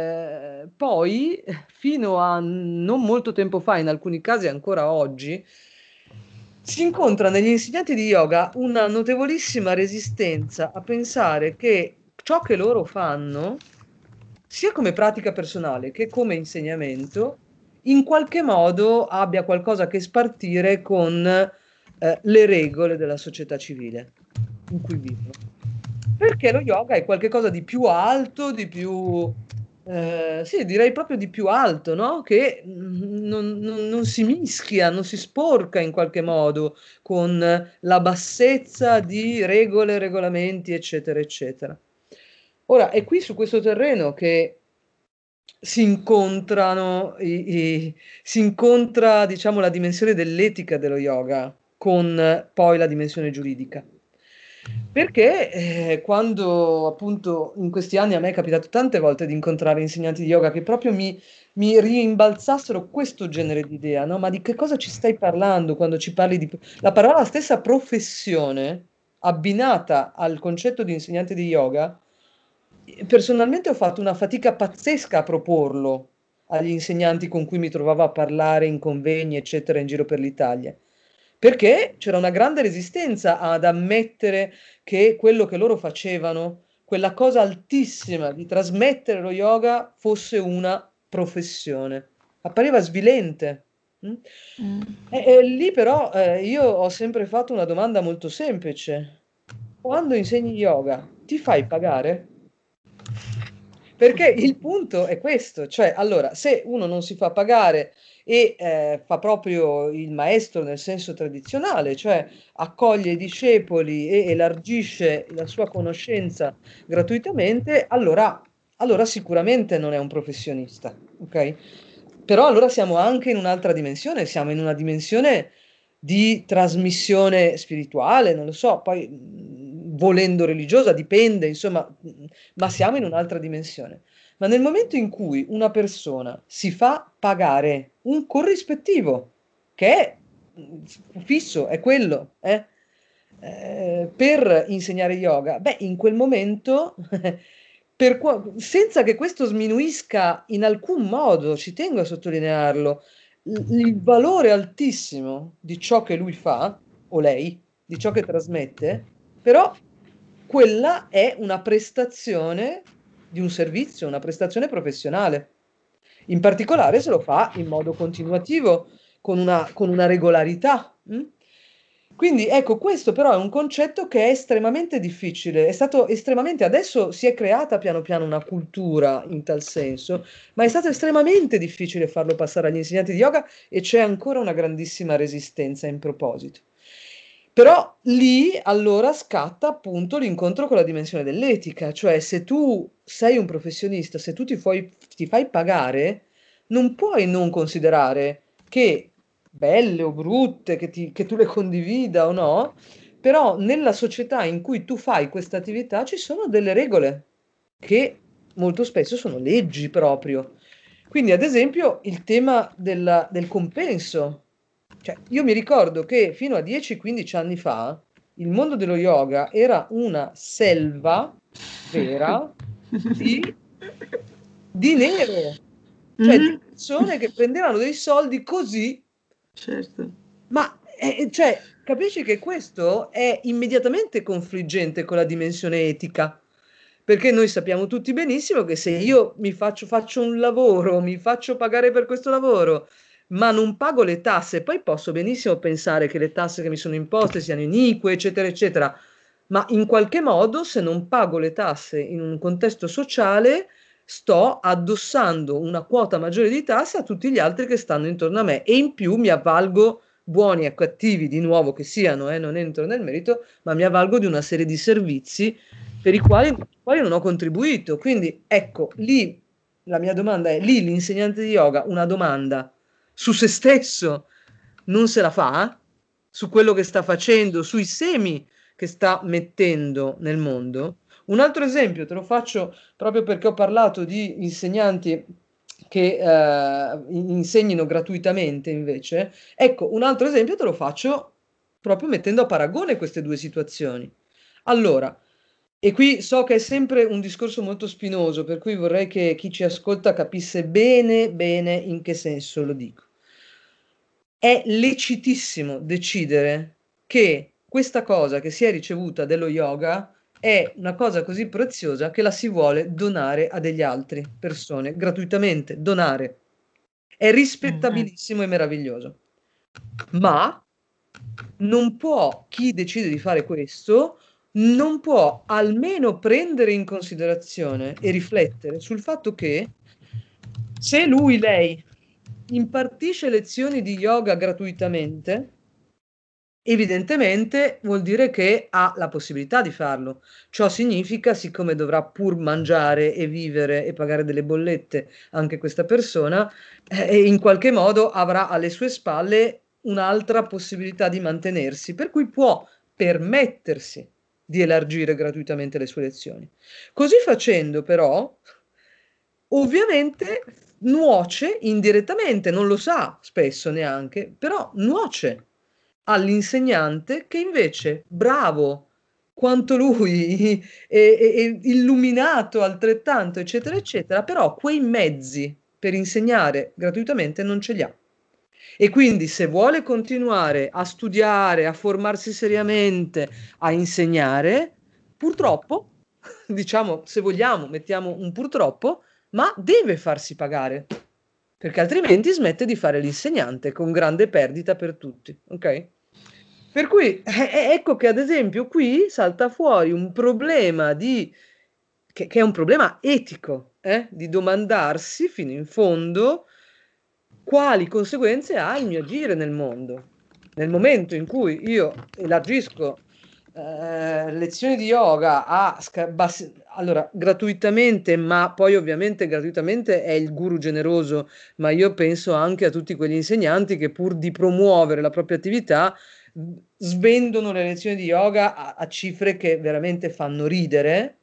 poi, fino a non molto tempo fa, in alcuni casi ancora oggi, si incontra negli insegnanti di yoga una notevolissima resistenza a pensare che ciò che loro fanno, sia come pratica personale che come insegnamento, in qualche modo abbia qualcosa che spartire con le regole della società civile in cui vivono. Perché lo yoga è qualcosa di più alto, di più, sì, direi proprio di più alto, no? Che non si mischia, non si sporca in qualche modo con la bassezza di regole, regolamenti, eccetera, eccetera. Ora, è qui su questo terreno che si incontrano, si incontra, diciamo, la dimensione dell'etica dello yoga con poi la dimensione giuridica. Perché quando appunto in questi anni a me è capitato tante volte di incontrare insegnanti di yoga che proprio mi rimbalzassero questo genere di idea, no? Ma di che cosa ci stai parlando quando ci parli di... La parola stessa professione abbinata al concetto di insegnante di yoga, personalmente ho fatto una fatica pazzesca a proporlo agli insegnanti con cui mi trovavo a parlare in convegni, eccetera, in giro per l'Italia. Perché c'era una grande resistenza ad ammettere che quello che loro facevano, quella cosa altissima di trasmettere lo yoga, fosse una professione. Appariva svilente. E lì però io ho sempre fatto una domanda molto semplice. Quando insegni yoga, ti fai pagare? Perché il punto è questo, cioè allora se uno non si fa pagare e fa proprio il maestro nel senso tradizionale, cioè accoglie i discepoli e elargisce la sua conoscenza gratuitamente, allora sicuramente non è un professionista, ok? Però allora siamo anche in un'altra dimensione, siamo in una dimensione di trasmissione spirituale, non lo so, poi volendo religiosa, dipende, insomma, ma siamo in un'altra dimensione. Ma nel momento in cui una persona si fa pagare un corrispettivo, che è fisso, è quello, per insegnare yoga, beh, in quel momento, senza che questo sminuisca in alcun modo, ci tengo a sottolinearlo, il valore altissimo di ciò che lui fa, o lei, di ciò che trasmette, però quella è una prestazione di un servizio, una prestazione professionale. In particolare se lo fa in modo continuativo, con una regolarità. Quindi ecco, questo però è un concetto che è estremamente difficile, è stato estremamente, adesso si è creata piano piano una cultura in tal senso, ma è stato estremamente difficile farlo passare agli insegnanti di yoga e c'è ancora una grandissima resistenza in proposito. Però lì allora scatta appunto l'incontro con la dimensione dell'etica, cioè se tu sei un professionista, se tu ti fai pagare, non puoi non considerare che belle o brutte, che tu le condivida o no, però nella società in cui tu fai questa attività ci sono delle regole che molto spesso sono leggi proprio. Quindi, ad esempio, il tema del compenso. Cioè, io mi ricordo che fino a 10-15 anni fa il mondo dello yoga era una selva vera di nero, cioè di persone che prendevano dei soldi così. Certo. Ma cioè, capisci che questo è immediatamente confliggente con la dimensione etica, perché noi sappiamo tutti benissimo che se io faccio un lavoro, mi faccio pagare per questo lavoro, ma non pago le tasse, poi posso benissimo pensare che le tasse che mi sono imposte siano inique, eccetera, eccetera, ma in qualche modo, se non pago le tasse in un contesto sociale, sto addossando una quota maggiore di tasse a tutti gli altri che stanno intorno a me e in più mi avvalgo buoni e cattivi di nuovo che siano, non entro nel merito, ma mi avvalgo di una serie di servizi per i quali non ho contribuito. Quindi ecco, lì la mia domanda è, lì l'insegnante di yoga una domanda su se stesso non se la fa, su quello che sta facendo, sui semi che sta mettendo nel mondo. Un altro esempio te lo faccio proprio perché ho parlato di insegnanti che insegnino gratuitamente invece. Ecco, un altro esempio te lo faccio proprio mettendo a paragone queste due situazioni. Allora, e qui so che è sempre un discorso molto spinoso, per cui vorrei che chi ci ascolta capisse bene, bene in che senso lo dico. È lecitissimo decidere che questa cosa che si è ricevuta dello yoga è una cosa così preziosa che la si vuole donare a degli altri persone gratuitamente, donare. È rispettabilissimo e meraviglioso. Ma non può, chi decide di fare questo, non può almeno prendere in considerazione e riflettere sul fatto che se lui, lei, impartisce lezioni di yoga gratuitamente, evidentemente vuol dire che ha la possibilità di farlo. Ciò significa, siccome dovrà pur mangiare e vivere e pagare delle bollette anche questa persona, in qualche modo avrà alle sue spalle un'altra possibilità di mantenersi, per cui può permettersi di elargire gratuitamente le sue lezioni. Così facendo, però, ovviamente nuoce indirettamente, non lo sa spesso neanche, però nuoce all'insegnante che invece, bravo quanto lui, e illuminato altrettanto, eccetera, eccetera, però quei mezzi per insegnare gratuitamente non ce li ha. E quindi se vuole continuare a studiare, a formarsi seriamente, a insegnare, purtroppo, diciamo, se vogliamo, mettiamo un purtroppo, ma deve farsi pagare, perché altrimenti smette di fare l'insegnante con grande perdita per tutti, ok? Per cui ecco che ad esempio qui salta fuori un problema che è un problema etico, di domandarsi fino in fondo quali conseguenze ha il mio agire nel mondo. Nel momento in cui io elargisco lezioni di yoga allora gratuitamente, ma poi ovviamente gratuitamente è il guru generoso, ma io penso anche a tutti quegli insegnanti che pur di promuovere la propria attività svendono le lezioni di yoga a cifre che veramente fanno ridere.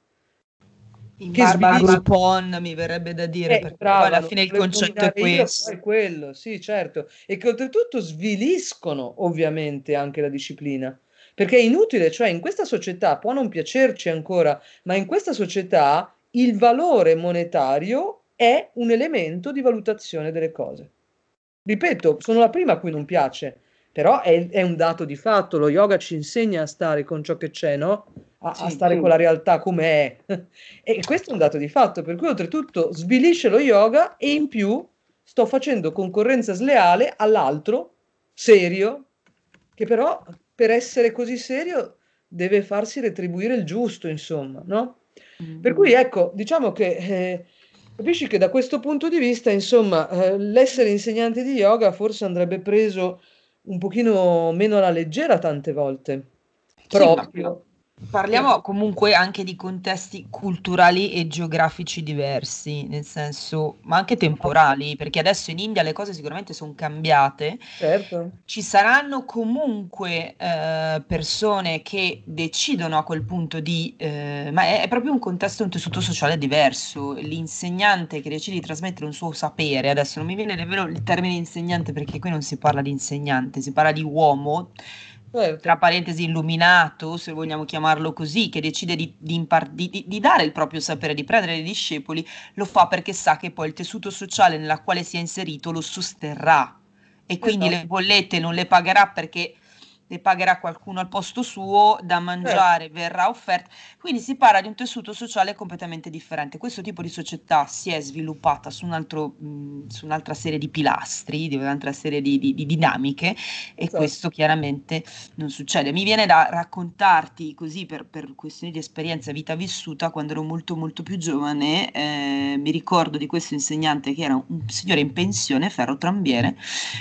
In Che barba a sviliscono. Groupon, mi verrebbe da dire, perché poi Brava, alla lo fine il volevo concetto è nominare io, questo. poi quello, sì, certo, e che oltretutto sviliscono ovviamente anche la disciplina, perché è inutile, cioè in questa società può non piacerci ancora, ma in questa società il valore monetario è un elemento di valutazione delle cose. Ripeto, sono la prima a cui non piace, però è un dato di fatto, lo yoga ci insegna a stare con ciò che c'è, no? A Sì. stare con la realtà come è. E questo è un dato di fatto, per cui oltretutto svilisce lo yoga e in più sto facendo concorrenza sleale all'altro serio, che però per essere così serio deve farsi retribuire il giusto, insomma, no? Per cui ecco, diciamo che capisci che da questo punto di vista, insomma, l'essere insegnante di yoga forse andrebbe preso un pochino meno alla leggera tante volte, Sì, ma proprio. parliamo comunque anche di contesti culturali e geografici diversi, nel senso, ma anche temporali, perché adesso in India le cose sicuramente sono cambiate. Certo. Ci saranno comunque persone che decidono a quel punto ma è proprio un contesto, un tessuto sociale diverso. L'insegnante che decide di trasmettere un suo sapere, adesso non mi viene nemmeno il termine insegnante perché qui non si parla di insegnante, si parla di uomo, tra Certo. parentesi illuminato, se vogliamo chiamarlo così, che decide di dare il proprio sapere, di prendere dei discepoli, lo fa perché sa che poi il tessuto sociale nella quale si è inserito lo sosterrà e quindi Esatto. le bollette non le pagherà perché le pagherà qualcuno al posto suo, da mangiare verrà offerto. Quindi si parla di un tessuto sociale completamente differente. Questo tipo di società si è sviluppata su su un'altra serie di pilastri, di un'altra serie di dinamiche e Esatto. questo chiaramente non succede. Mi viene da raccontarti così per questioni di esperienza vita vissuta, quando ero molto molto più giovane, mi ricordo di questo insegnante che era un signore in pensione, ferrotrambiere,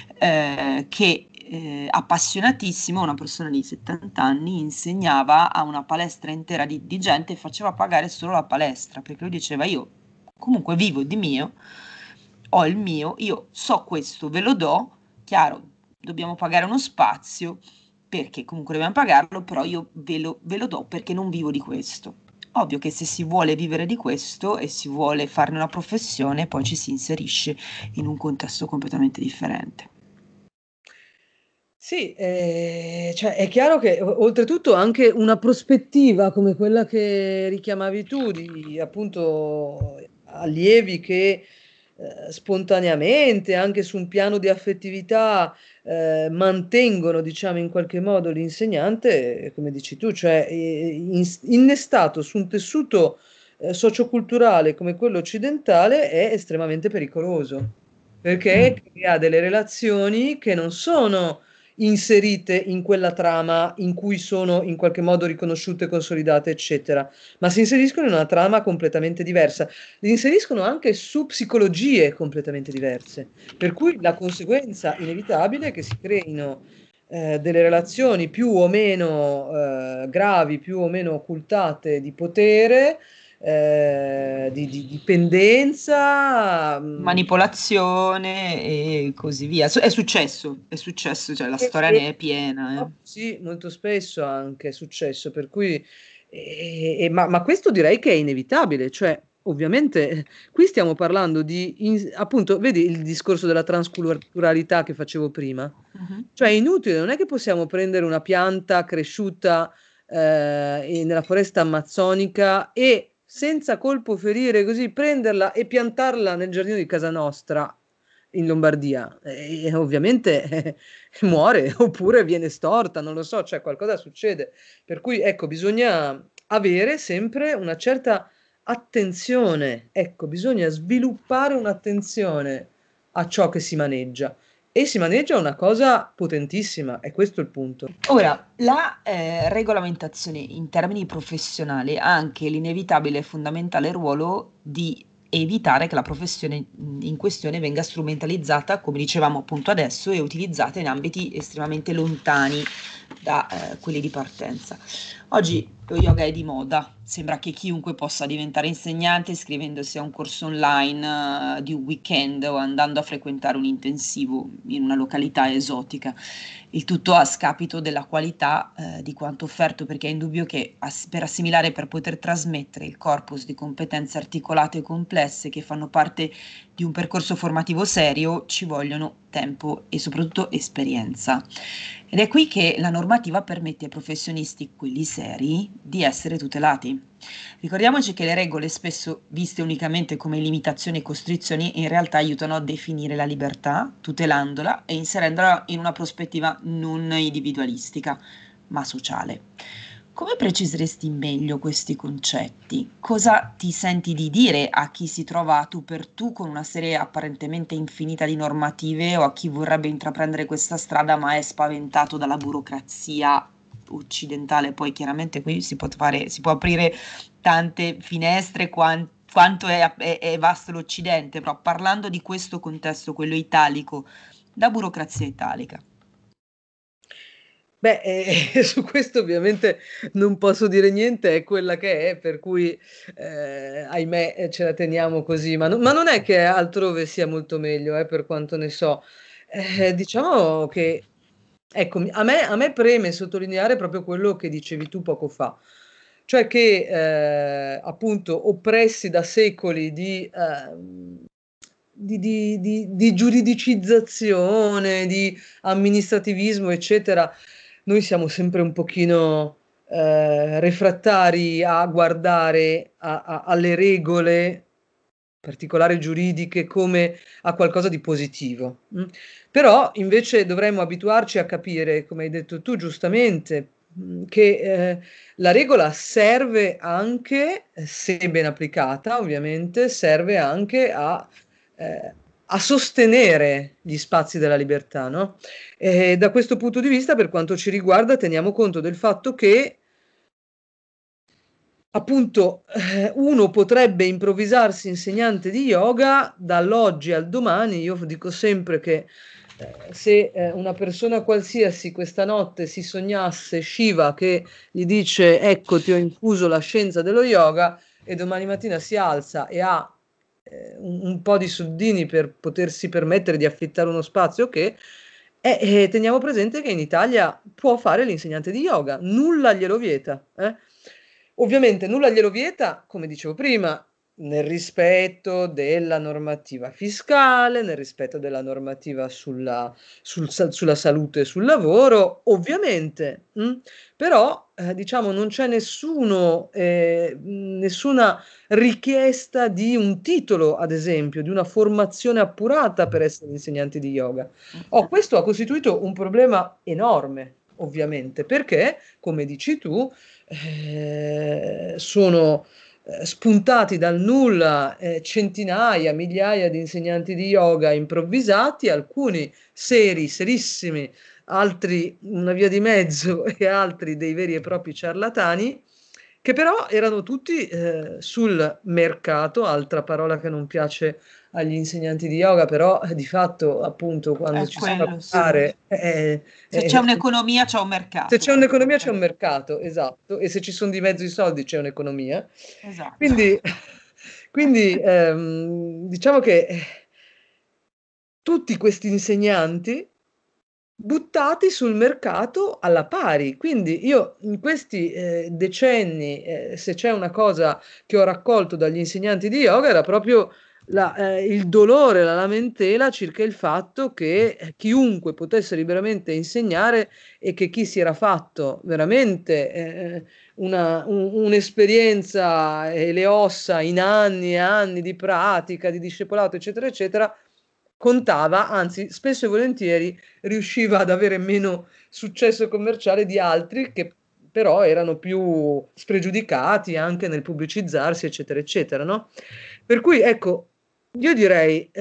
che appassionatissimo, una persona di 70 anni, insegnava a una palestra intera di gente e faceva pagare solo la palestra, perché lui diceva io comunque vivo di mio, ho il mio, io so questo, ve lo do, chiaro, dobbiamo pagare uno spazio, perché comunque dobbiamo pagarlo, però io ve lo do perché non vivo di questo. Ovvio che se si vuole vivere di questo e si vuole farne una professione, poi ci si inserisce in un contesto completamente differente. Sì, cioè è chiaro che oltretutto anche una prospettiva come quella che richiamavi tu, di appunto allievi che spontaneamente, anche su un piano di affettività, mantengono, diciamo, in qualche modo l'insegnante, come dici tu, cioè innestato su un tessuto socioculturale come quello occidentale è estremamente pericoloso, perché crea delle relazioni che non sono inserite in quella trama in cui sono in qualche modo riconosciute, consolidate, eccetera, ma si inseriscono in una trama completamente diversa. Li inseriscono anche su psicologie completamente diverse, per cui la conseguenza inevitabile è che si creino delle relazioni più o meno gravi, più o meno occultate di potere, di dipendenza. Manipolazione e così via. È successo, cioè la storia E ne è piena. sì, molto spesso anche è successo, per cui, ma questo direi che è inevitabile, cioè ovviamente qui stiamo parlando di, appunto, vedi il discorso della transculturalità che facevo prima? Mhm. Cioè è inutile, non è che possiamo prendere una pianta cresciuta nella foresta amazzonica e senza colpo ferire così prenderla e piantarla nel giardino di casa nostra in Lombardia. E ovviamente muore oppure viene storta, non lo so, cioè qualcosa succede. Per cui ecco, bisogna avere sempre una certa attenzione, ecco, bisogna sviluppare un'attenzione a ciò che si maneggia. E si maneggia una cosa potentissima, è questo il punto. Ora, la regolamentazione in termini professionali ha anche l'inevitabile e fondamentale ruolo di e evitare che la professione in questione venga strumentalizzata, come dicevamo appunto adesso, e utilizzata in ambiti estremamente lontani da quelli di partenza. Oggi lo yoga è di moda, sembra che chiunque possa diventare insegnante iscrivendosi a un corso online di un weekend o andando a frequentare un intensivo in una località esotica. Il tutto a scapito della qualità di quanto offerto, perché è indubbio che per assimilare e per poter trasmettere il corpus di competenze articolate e complesse che fanno parte di un percorso formativo serio ci vogliono tempo e soprattutto esperienza. Ed è qui che la normativa permette ai professionisti, quelli seri, di essere tutelati. Ricordiamoci che le regole, spesso viste unicamente come limitazioni e costrizioni, in realtà aiutano a definire la libertà, tutelandola e inserendola in una prospettiva non individualistica, ma sociale. Come preciseresti meglio questi concetti? Cosa ti senti di dire a chi si trova a tu per tu con una serie apparentemente infinita di normative, o a chi vorrebbe intraprendere questa strada ma è spaventato dalla burocrazia occidentale? Poi chiaramente qui si può aprire tante finestre quanto è vasto l'Occidente, però parlando di questo contesto, quello italico, da burocrazia italica. Beh, su questo ovviamente non posso dire niente, è quella che è, per cui ahimè ce la teniamo così, ma non è che altrove sia molto meglio, per quanto ne so. Diciamo che, ecco, a me preme sottolineare proprio quello che dicevi tu poco fa, cioè che appunto oppressi da secoli di giuridicizzazione, di amministrativismo, eccetera, noi siamo sempre un pochino refrattari a guardare alle regole particolari giuridiche come a qualcosa di positivo. Però invece dovremmo abituarci a capire, come hai detto tu giustamente, che la regola serve anche, se ben applicata ovviamente, serve anche a sostenere gli spazi della libertà, no? E da questo punto di vista, per quanto ci riguarda, teniamo conto del fatto che appunto uno potrebbe improvvisarsi insegnante di yoga dall'oggi al domani. Io dico sempre che se una persona qualsiasi questa notte si sognasse Shiva che gli dice ecco ti ho infuso la scienza dello yoga, e domani mattina si alza e ha un po' di soldini per potersi permettere di affittare uno spazio, che teniamo presente che in Italia può fare l'insegnante di yoga, nulla glielo vieta. Ovviamente nulla glielo vieta, come dicevo prima, nel rispetto della normativa fiscale, nel rispetto della normativa sulla salute e sul lavoro, ovviamente. Però, diciamo, non c'è nessuna richiesta di un titolo, ad esempio, di una formazione appurata per essere insegnanti di yoga. Questo ha costituito un problema enorme, ovviamente, perché, come dici tu, sono spuntati dal nulla centinaia, migliaia di insegnanti di yoga improvvisati, alcuni seri, serissimi, altri una via di mezzo e altri dei veri e propri ciarlatani, che però erano tutti sul mercato, altra parola che non piace agli insegnanti di yoga, però di fatto appunto quando ci si fa parlare se c'è un'economia c'è un mercato. Se c'è un'economia c'è un mercato, esatto, e se ci sono di mezzo i soldi c'è un'economia. Esatto. Quindi diciamo che tutti questi insegnanti buttati sul mercato alla pari. Quindi io in questi decenni, se c'è una cosa che ho raccolto dagli insegnanti di yoga, era proprio il dolore, la lamentela circa il fatto che chiunque potesse liberamente insegnare, e che chi si era fatto veramente un'esperienza e le ossa in anni e anni di pratica, di discepolato, eccetera, eccetera, contava, anzi spesso e volentieri riusciva ad avere meno successo commerciale di altri che però erano più spregiudicati anche nel pubblicizzarsi, eccetera, eccetera, no? Per cui, ecco, io direi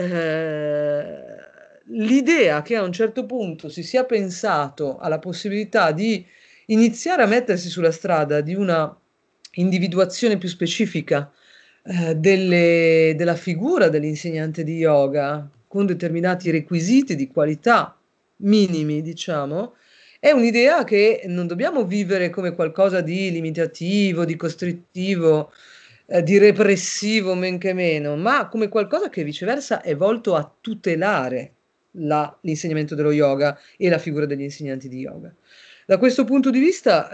l'idea che a un certo punto si sia pensato alla possibilità di iniziare a mettersi sulla strada di una individuazione più specifica della figura dell'insegnante di yoga con determinati requisiti di qualità minimi, diciamo, è un'idea che non dobbiamo vivere come qualcosa di limitativo, di costrittivo, di repressivo, men che meno, ma come qualcosa che viceversa è volto a tutelare l'insegnamento dello yoga e la figura degli insegnanti di yoga. Da questo punto di vista,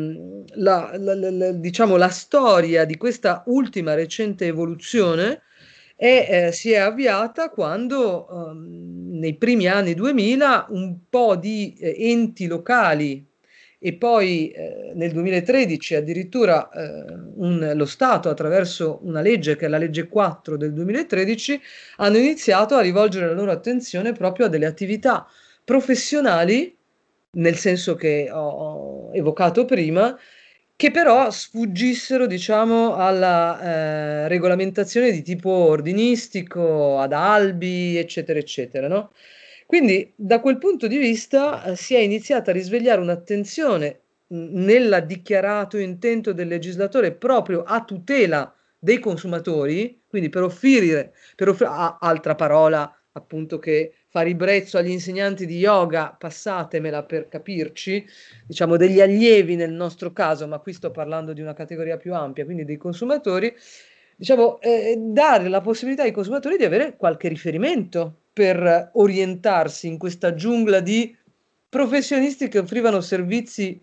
diciamo, la storia di questa ultima recente evoluzione si è avviata quando nei primi anni 2000 un po' di enti locali e poi nel 2013 addirittura lo Stato, attraverso una legge che è la legge 4 del 2013, hanno iniziato a rivolgere la loro attenzione proprio a delle attività professionali, nel senso che ho evocato prima, che però sfuggissero, diciamo, alla regolamentazione di tipo ordinistico, ad albi, eccetera, eccetera, no? Quindi da quel punto di vista si è iniziata a risvegliare un'attenzione nel dichiarato intento del legislatore proprio a tutela dei consumatori, quindi per offrire altra parola appunto che fa ribrezzo agli insegnanti di yoga, passatemela per capirci, diciamo degli allievi nel nostro caso, ma qui sto parlando di una categoria più ampia, quindi dei consumatori, diciamo, dare la possibilità ai consumatori di avere qualche riferimento per orientarsi in questa giungla di professionisti che offrivano servizi,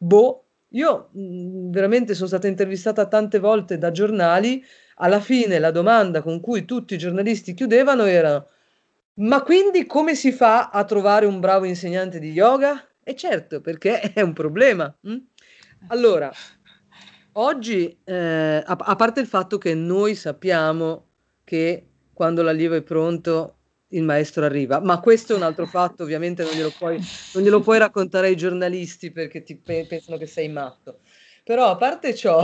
io veramente sono stata intervistata tante volte da giornali, alla fine la domanda con cui tutti i giornalisti chiudevano era: ma quindi come si fa a trovare un bravo insegnante di yoga? E certo, perché è un problema. Allora, oggi, a parte il fatto che noi sappiamo che quando l'allievo è pronto il maestro arriva, ma questo è un altro fatto, ovviamente non glielo puoi raccontare ai giornalisti perché pensano che sei matto. Però a parte ciò,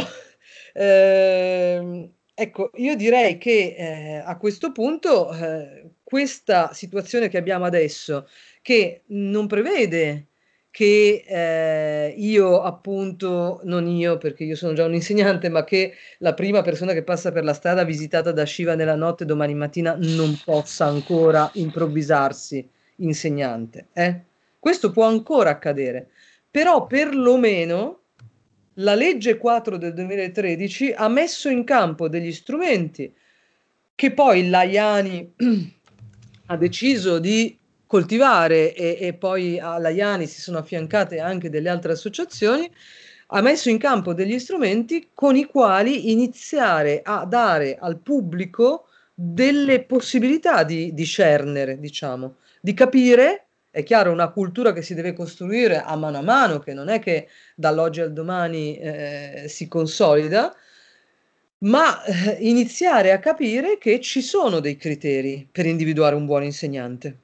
ecco, io direi che a questo punto questa situazione che abbiamo adesso, che non prevede che io appunto, non io perché io sono già un insegnante, ma che la prima persona che passa per la strada visitata da Shiva nella notte domani mattina non possa ancora improvvisarsi insegnante. Questo può ancora accadere, però perlomeno la legge 4 del 2013 ha messo in campo degli strumenti che poi l'Aiani ha deciso di coltivare e poi alla IANI si sono affiancate anche delle altre associazioni, ha messo in campo degli strumenti con i quali iniziare a dare al pubblico delle possibilità di discernere, diciamo, di capire. È chiaro, una cultura che si deve costruire a mano, che non è che dall'oggi al domani si consolida, ma iniziare a capire che ci sono dei criteri per individuare un buon insegnante.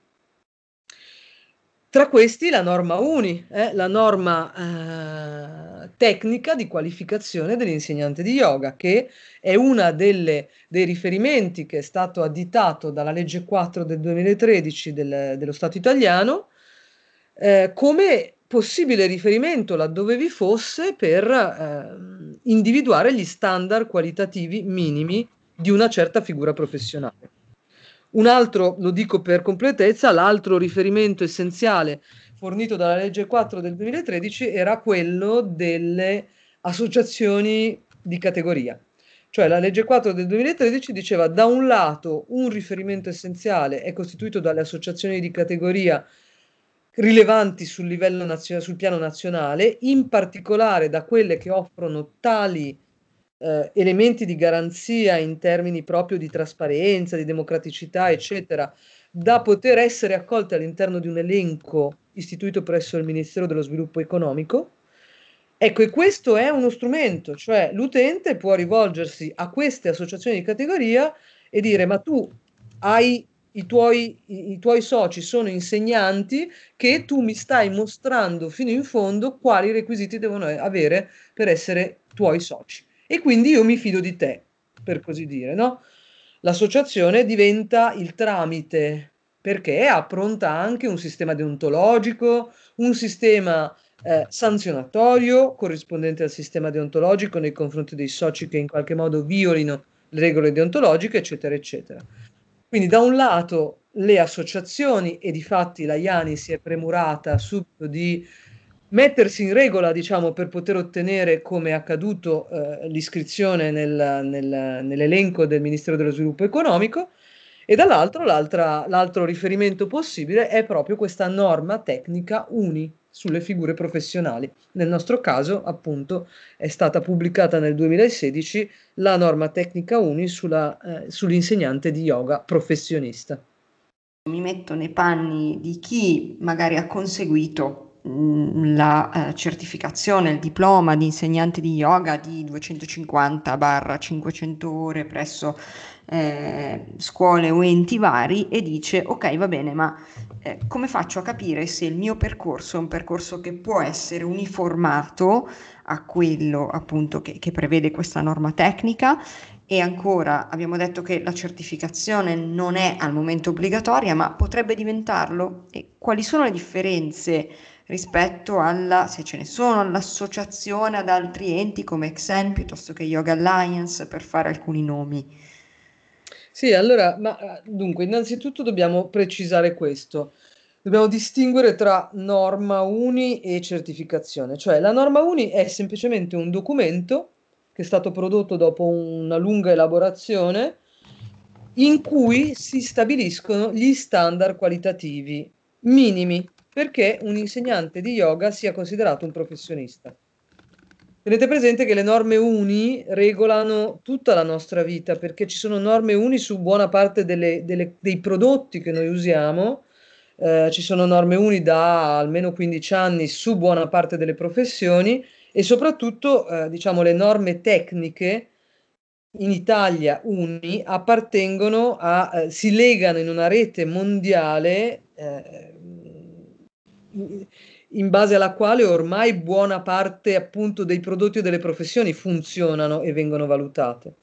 Tra questi la norma UNI, la norma tecnica di qualificazione dell'insegnante di yoga, che è una dei riferimenti che è stato additato dalla legge 4 del 2013 dello Stato italiano come possibile riferimento laddove vi fosse per individuare gli standard qualitativi minimi di una certa figura professionale. Un altro, lo dico per completezza, l'altro riferimento essenziale fornito dalla legge 4 del 2013 era quello delle associazioni di categoria. Cioè la legge 4 del 2013 diceva da un lato un riferimento essenziale è costituito dalle associazioni di categoria rilevanti sul livello sul piano nazionale, in particolare da quelle che offrono tali elementi di garanzia in termini proprio di trasparenza, di democraticità, eccetera, da poter essere accolte all'interno di un elenco istituito presso il Ministero dello Sviluppo Economico. Ecco, e questo è uno strumento, cioè l'utente può rivolgersi a queste associazioni di categoria e dire: ma tu hai i tuoi soci sono insegnanti che tu mi stai mostrando fino in fondo quali requisiti devono avere per essere tuoi soci. E quindi io mi fido di te, per così dire, no? L'associazione diventa il tramite perché appronta anche un sistema deontologico, un sistema sanzionatorio corrispondente al sistema deontologico nei confronti dei soci che in qualche modo violino le regole deontologiche, eccetera, eccetera. Quindi da un lato le associazioni, e difatti la IANI si è premurata subito di mettersi in regola, diciamo, per poter ottenere, come è accaduto, l'iscrizione nell'elenco del Ministero dello Sviluppo Economico, e dall'altro l'altro riferimento possibile è proprio questa norma tecnica UNI sulle figure professionali. Nel nostro caso, appunto, è stata pubblicata nel 2016 la norma tecnica UNI sull'insegnante di yoga professionista. Mi metto nei panni di chi magari ha conseguito la certificazione, il diploma di insegnante di yoga di 250/500 ore presso scuole o enti vari e dice: ok, va bene, ma come faccio a capire se il mio percorso è un percorso che può essere uniformato a quello appunto che prevede questa norma tecnica? E ancora abbiamo detto che la certificazione non è al momento obbligatoria, ma potrebbe diventarlo? E quali sono le differenze rispetto alla, se ce ne sono, all'associazione ad altri enti come XEN piuttosto che Yoga Alliance, per fare alcuni nomi? Sì, allora, dunque, innanzitutto dobbiamo precisare questo. Dobbiamo distinguere tra norma UNI e certificazione. Cioè, la norma UNI è semplicemente un documento che è stato prodotto dopo una lunga elaborazione in cui si stabiliscono gli standard qualitativi minimi perché un insegnante di yoga sia considerato un professionista. Tenete presente che le norme UNI regolano tutta la nostra vita, perché ci sono norme UNI su buona parte dei prodotti che noi usiamo, ci sono norme UNI da almeno 15 anni su buona parte delle professioni e soprattutto, diciamo, le norme tecniche in Italia UNI appartengono si legano in una rete mondiale in base alla quale ormai buona parte appunto dei prodotti o delle professioni funzionano e vengono valutate.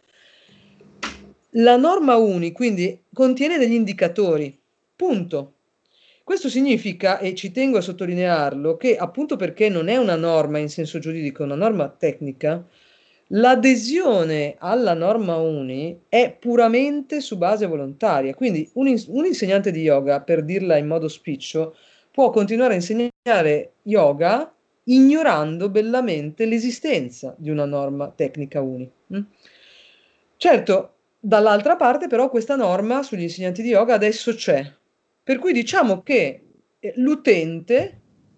La norma UNI quindi contiene degli indicatori, punto. Questo significa, e ci tengo a sottolinearlo, che appunto perché non è una norma in senso giuridico, è una norma tecnica, l'adesione alla norma UNI è puramente su base volontaria. Quindi un insegnante di yoga, per dirla in modo spiccio, può continuare a insegnare yoga ignorando bellamente l'esistenza di una norma tecnica UNI. Certo, dall'altra parte però questa norma sugli insegnanti di yoga adesso c'è, per cui diciamo che l'utente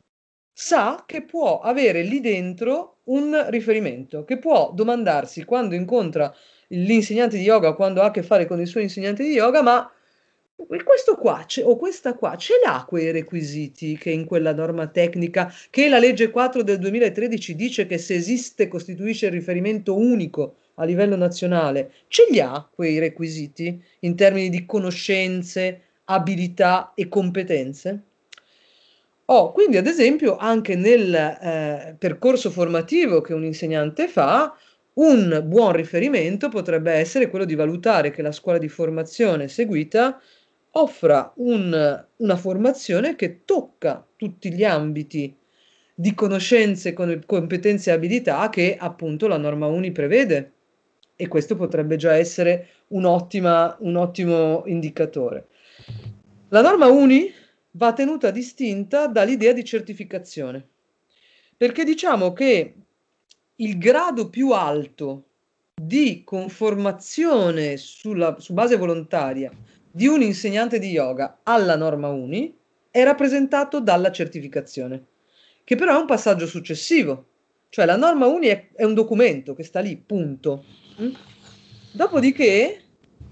sa che può avere lì dentro un riferimento, che può domandarsi quando incontra l'insegnante di yoga, quando ha a che fare con il suo insegnante di yoga, ma questo qua o questa qua ce l'ha quei requisiti che in quella norma tecnica, che la legge 4 del 2013 dice che se esiste costituisce il riferimento unico a livello nazionale, ce li ha quei requisiti in termini di conoscenze, abilità e competenze? Quindi ad esempio anche nel percorso formativo che un insegnante fa, un buon riferimento potrebbe essere quello di valutare che la scuola di formazione seguita offra una formazione che tocca tutti gli ambiti di conoscenze, competenze e abilità che appunto la norma UNI prevede. E questo potrebbe già essere un ottimo indicatore. La norma UNI va tenuta distinta dall'idea di certificazione, perché diciamo che il grado più alto di conformazione su base volontaria di un insegnante di yoga alla norma UNI è rappresentato dalla certificazione, che però è un passaggio successivo, cioè la norma UNI è un documento che sta lì, punto. Dopodiché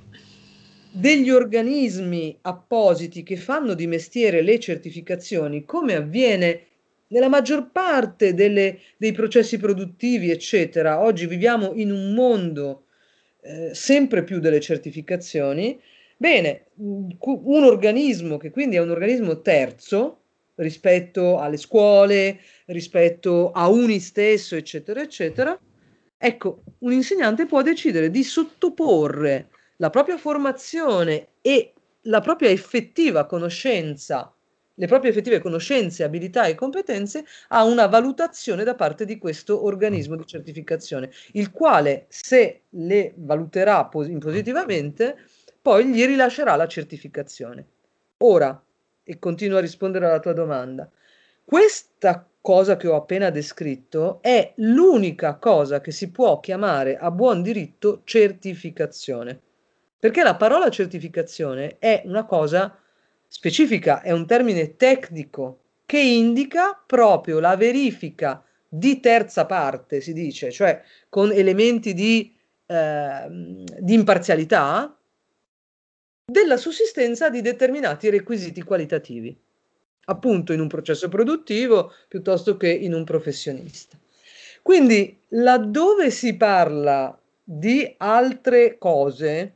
degli organismi appositi che fanno di mestiere le certificazioni, come avviene nella maggior parte dei processi produttivi, eccetera. Oggi viviamo in un mondo sempre più delle certificazioni. Bene, un organismo che quindi è un organismo terzo rispetto alle scuole, rispetto a UNI stesso, eccetera, eccetera. Ecco, un insegnante può decidere di sottoporre la propria formazione e la propria effettiva conoscenza le proprie effettive conoscenze, abilità e competenze a una valutazione da parte di questo organismo di certificazione, il quale, se le valuterà positivamente, poi gli rilascerà la certificazione. Ora, e continuo a rispondere alla tua domanda, questa cosa che ho appena descritto è l'unica cosa che si può chiamare a buon diritto certificazione, perché la parola certificazione è una cosa specifica, è un termine tecnico che indica proprio la verifica di terza parte, si dice, cioè con elementi di imparzialità, della sussistenza di determinati requisiti qualitativi, appunto in un processo produttivo piuttosto che in un professionista. Quindi, laddove si parla di altre cose,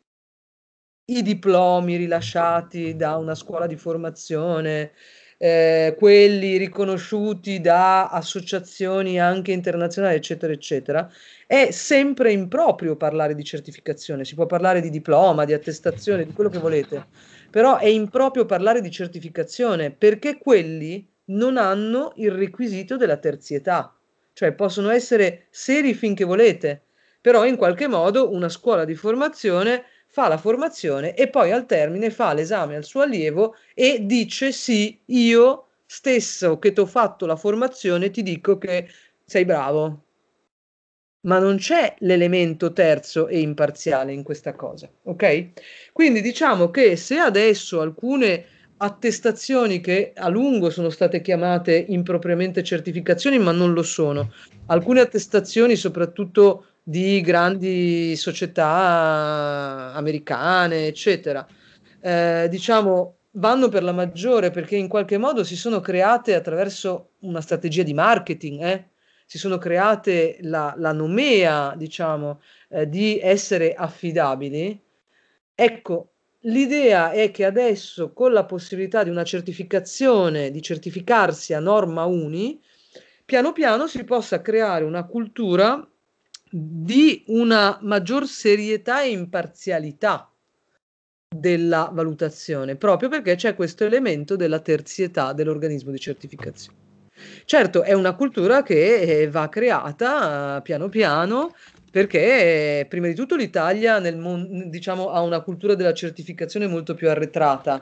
i diplomi rilasciati da una scuola di formazione, quelli riconosciuti da associazioni anche internazionali, eccetera, eccetera, è sempre improprio parlare di certificazione. Si può parlare di diploma, di attestazione, di quello che volete, però è improprio parlare di certificazione perché quelli non hanno il requisito della terzietà, cioè possono essere seri finché volete, però in qualche modo una scuola di formazione fa la formazione e poi al termine fa l'esame al suo allievo e dice sì, io stesso che ti ho fatto la formazione ti dico che sei bravo. Ma non c'è l'elemento terzo e imparziale in questa cosa, ok? Quindi diciamo che se adesso alcune attestazioni che a lungo sono state chiamate impropriamente certificazioni, ma non lo sono, alcune attestazioni soprattutto di grandi società americane, eccetera, diciamo vanno per la maggiore perché in qualche modo si sono create attraverso una strategia di marketing, si sono create la nomea, diciamo, di essere affidabili. Ecco, l'idea è che adesso con la possibilità di una certificazione, di certificarsi a norma uni, piano piano si possa creare una cultura di una maggior serietà e imparzialità della valutazione, proprio perché c'è questo elemento della terzietà dell'organismo di certificazione. Certo, è una cultura che va creata piano piano perché prima di tutto l'Italia diciamo, ha una cultura della certificazione molto più arretrata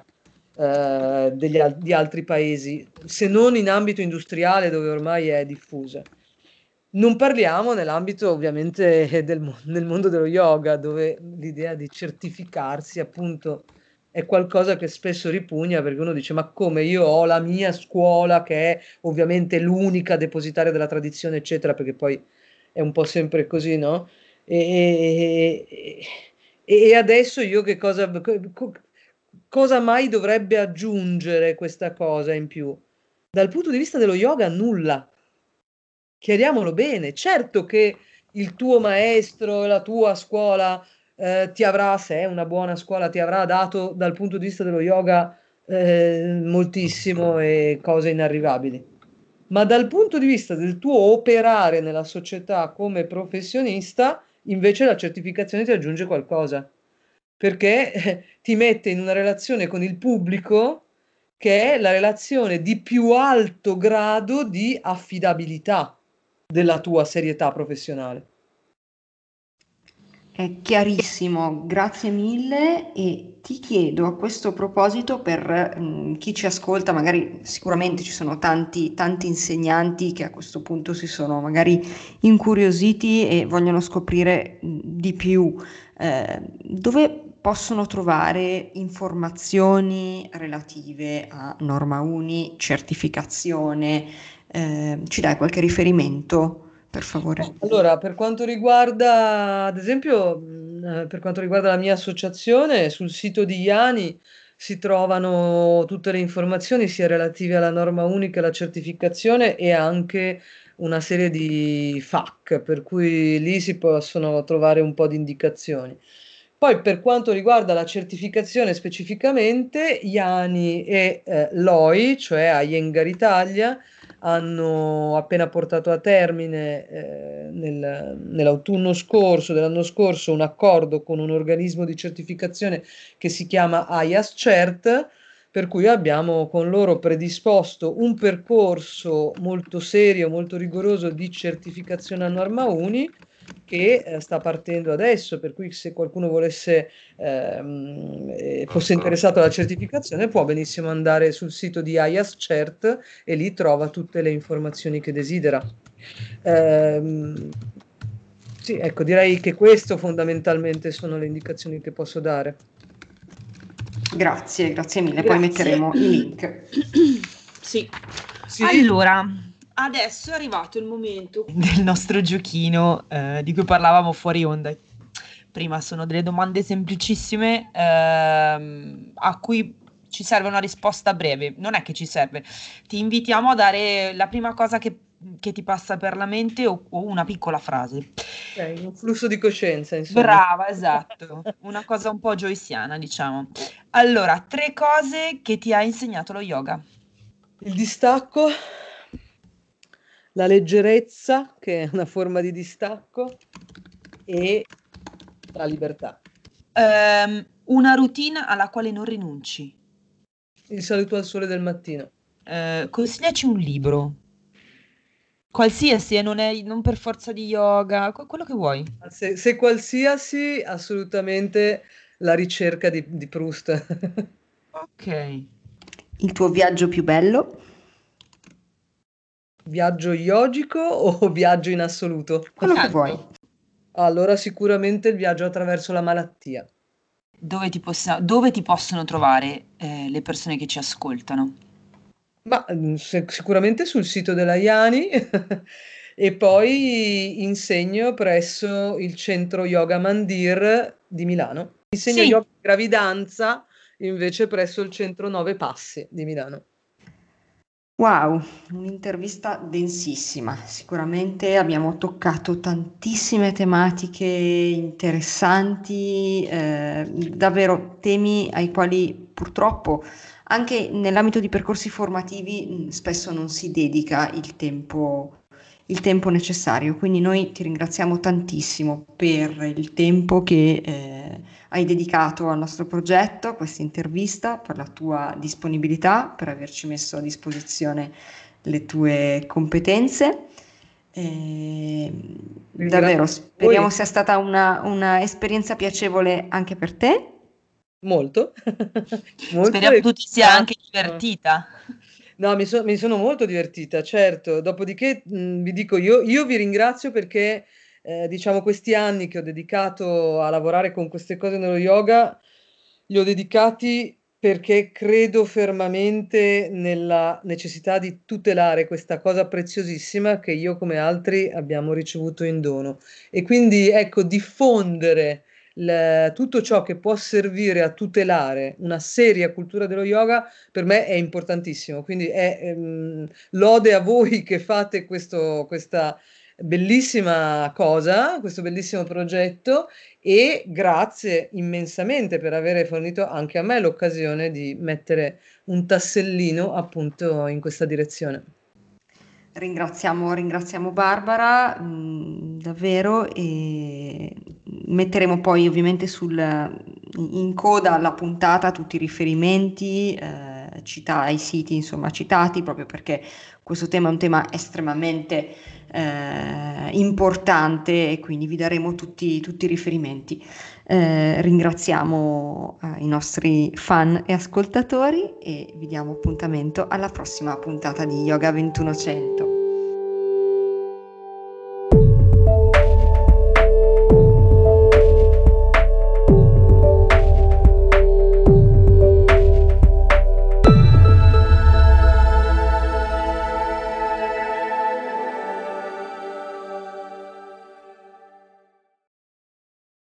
di altri paesi, se non in ambito industriale dove ormai è diffusa. Non parliamo nell'ambito ovviamente nel mondo dello yoga, dove l'idea di certificarsi appunto è qualcosa che spesso ripugna perché uno dice: ma come, io ho la mia scuola che è ovviamente l'unica depositaria della tradizione, eccetera, perché poi è un po' sempre così, no? E, e adesso io che cosa mai dovrebbe aggiungere questa cosa in più? Dal punto di vista dello yoga, nulla. Chiariamolo bene, certo che il tuo maestro e la tua scuola ti avrà, se è una buona scuola, ti avrà dato dal punto di vista dello yoga moltissimo e cose inarrivabili. Ma dal punto di vista del tuo operare nella società come professionista, invece la certificazione ti aggiunge qualcosa, perché ti mette in una relazione con il pubblico che è la relazione di più alto grado di affidabilità della tua serietà professionale. È chiarissimo, grazie mille e ti chiedo a questo proposito per chi ci ascolta, magari sicuramente ci sono tanti insegnanti che a questo punto si sono magari incuriositi e vogliono scoprire di più, dove possono trovare informazioni relative a norma uni, certificazione, ci dai qualche riferimento, per favore? Allora, per quanto riguarda, ad esempio, per quanto riguarda la mia associazione, sul sito di Iani si trovano tutte le informazioni sia relative alla norma unica, alla certificazione e anche una serie di FAQ, per cui lì si possono trovare un po' di indicazioni. Poi per quanto riguarda la certificazione specificamente, Iani e l'OI, cioè Iyengar Italia, hanno appena portato a termine nell'autunno scorso, dell'anno scorso, un accordo con un organismo di certificazione che si chiama IAS Cert, per cui abbiamo con loro predisposto un percorso molto serio, molto rigoroso di certificazione a norma UNI che sta partendo adesso, per cui se qualcuno volesse fosse interessato alla certificazione può benissimo andare sul sito di IASCERT e lì trova tutte le informazioni che desidera. Sì, ecco, direi che questo fondamentalmente sono le indicazioni che posso dare. Grazie mille, poi metteremo i link. Sì. Sì. Allora, adesso è arrivato il momento del nostro giochino di cui parlavamo fuori onda. Prima sono delle domande semplicissime a cui ci serve una risposta breve. Non è che ci serve, ti invitiamo a dare la prima cosa che ti passa per la mente o una piccola frase. Un flusso di coscienza, insomma. Brava, esatto. Una cosa un po' joysiana, diciamo. Allora, 3 cose che ti ha insegnato lo yoga. Il distacco, la leggerezza, che è una forma di distacco, e la libertà. Una routine alla quale non rinunci. Il saluto al sole del mattino. Consigliaci un libro. Qualsiasi, non per forza di yoga, quello che vuoi. Se qualsiasi, assolutamente la ricerca di Proust. Ok. Il tuo viaggio più bello? Viaggio yogico o viaggio in assoluto? Quello che vuoi. Allora sicuramente il viaggio attraverso la malattia. Dove ti possono trovare le persone che ci ascoltano? Ma sicuramente sul sito della IANI e poi insegno presso il centro Yoga Mandir di Milano. Insegno Sì. yoga gravidanza invece presso il centro 9 Passi di Milano. Wow, un'intervista densissima. Sicuramente abbiamo toccato tantissime tematiche interessanti, davvero temi ai quali purtroppo anche nell'ambito di percorsi formativi spesso non si dedica il tempo necessario. Quindi noi ti ringraziamo tantissimo per il tempo che hai dedicato al nostro progetto, a questa intervista, per la tua disponibilità, per averci messo a disposizione le tue competenze. Davvero, speriamo sia stata una esperienza piacevole anche per te. Molto. Speriamo tu ti sia anche divertita. No, mi sono molto divertita, certo. Dopodiché vi dico, io vi ringrazio perché diciamo questi anni che ho dedicato a lavorare con queste cose nello yoga, li ho dedicati perché credo fermamente nella necessità di tutelare questa cosa preziosissima che io come altri abbiamo ricevuto in dono. E quindi ecco, diffondere tutto ciò che può servire a tutelare una seria cultura dello yoga per me è importantissimo. Quindi lode a voi che fate questa bellissima cosa, questo bellissimo progetto e grazie immensamente per aver fornito anche a me l'occasione di mettere un tassellino appunto in questa direzione. Ringraziamo Barbara, davvero, e metteremo poi ovviamente in coda alla puntata tutti i riferimenti ai siti insomma citati, proprio perché questo tema è un tema estremamente importante e quindi vi daremo tutti i riferimenti. Ringraziamo i nostri fan e ascoltatori e vi diamo appuntamento alla prossima puntata di Yoga 2100.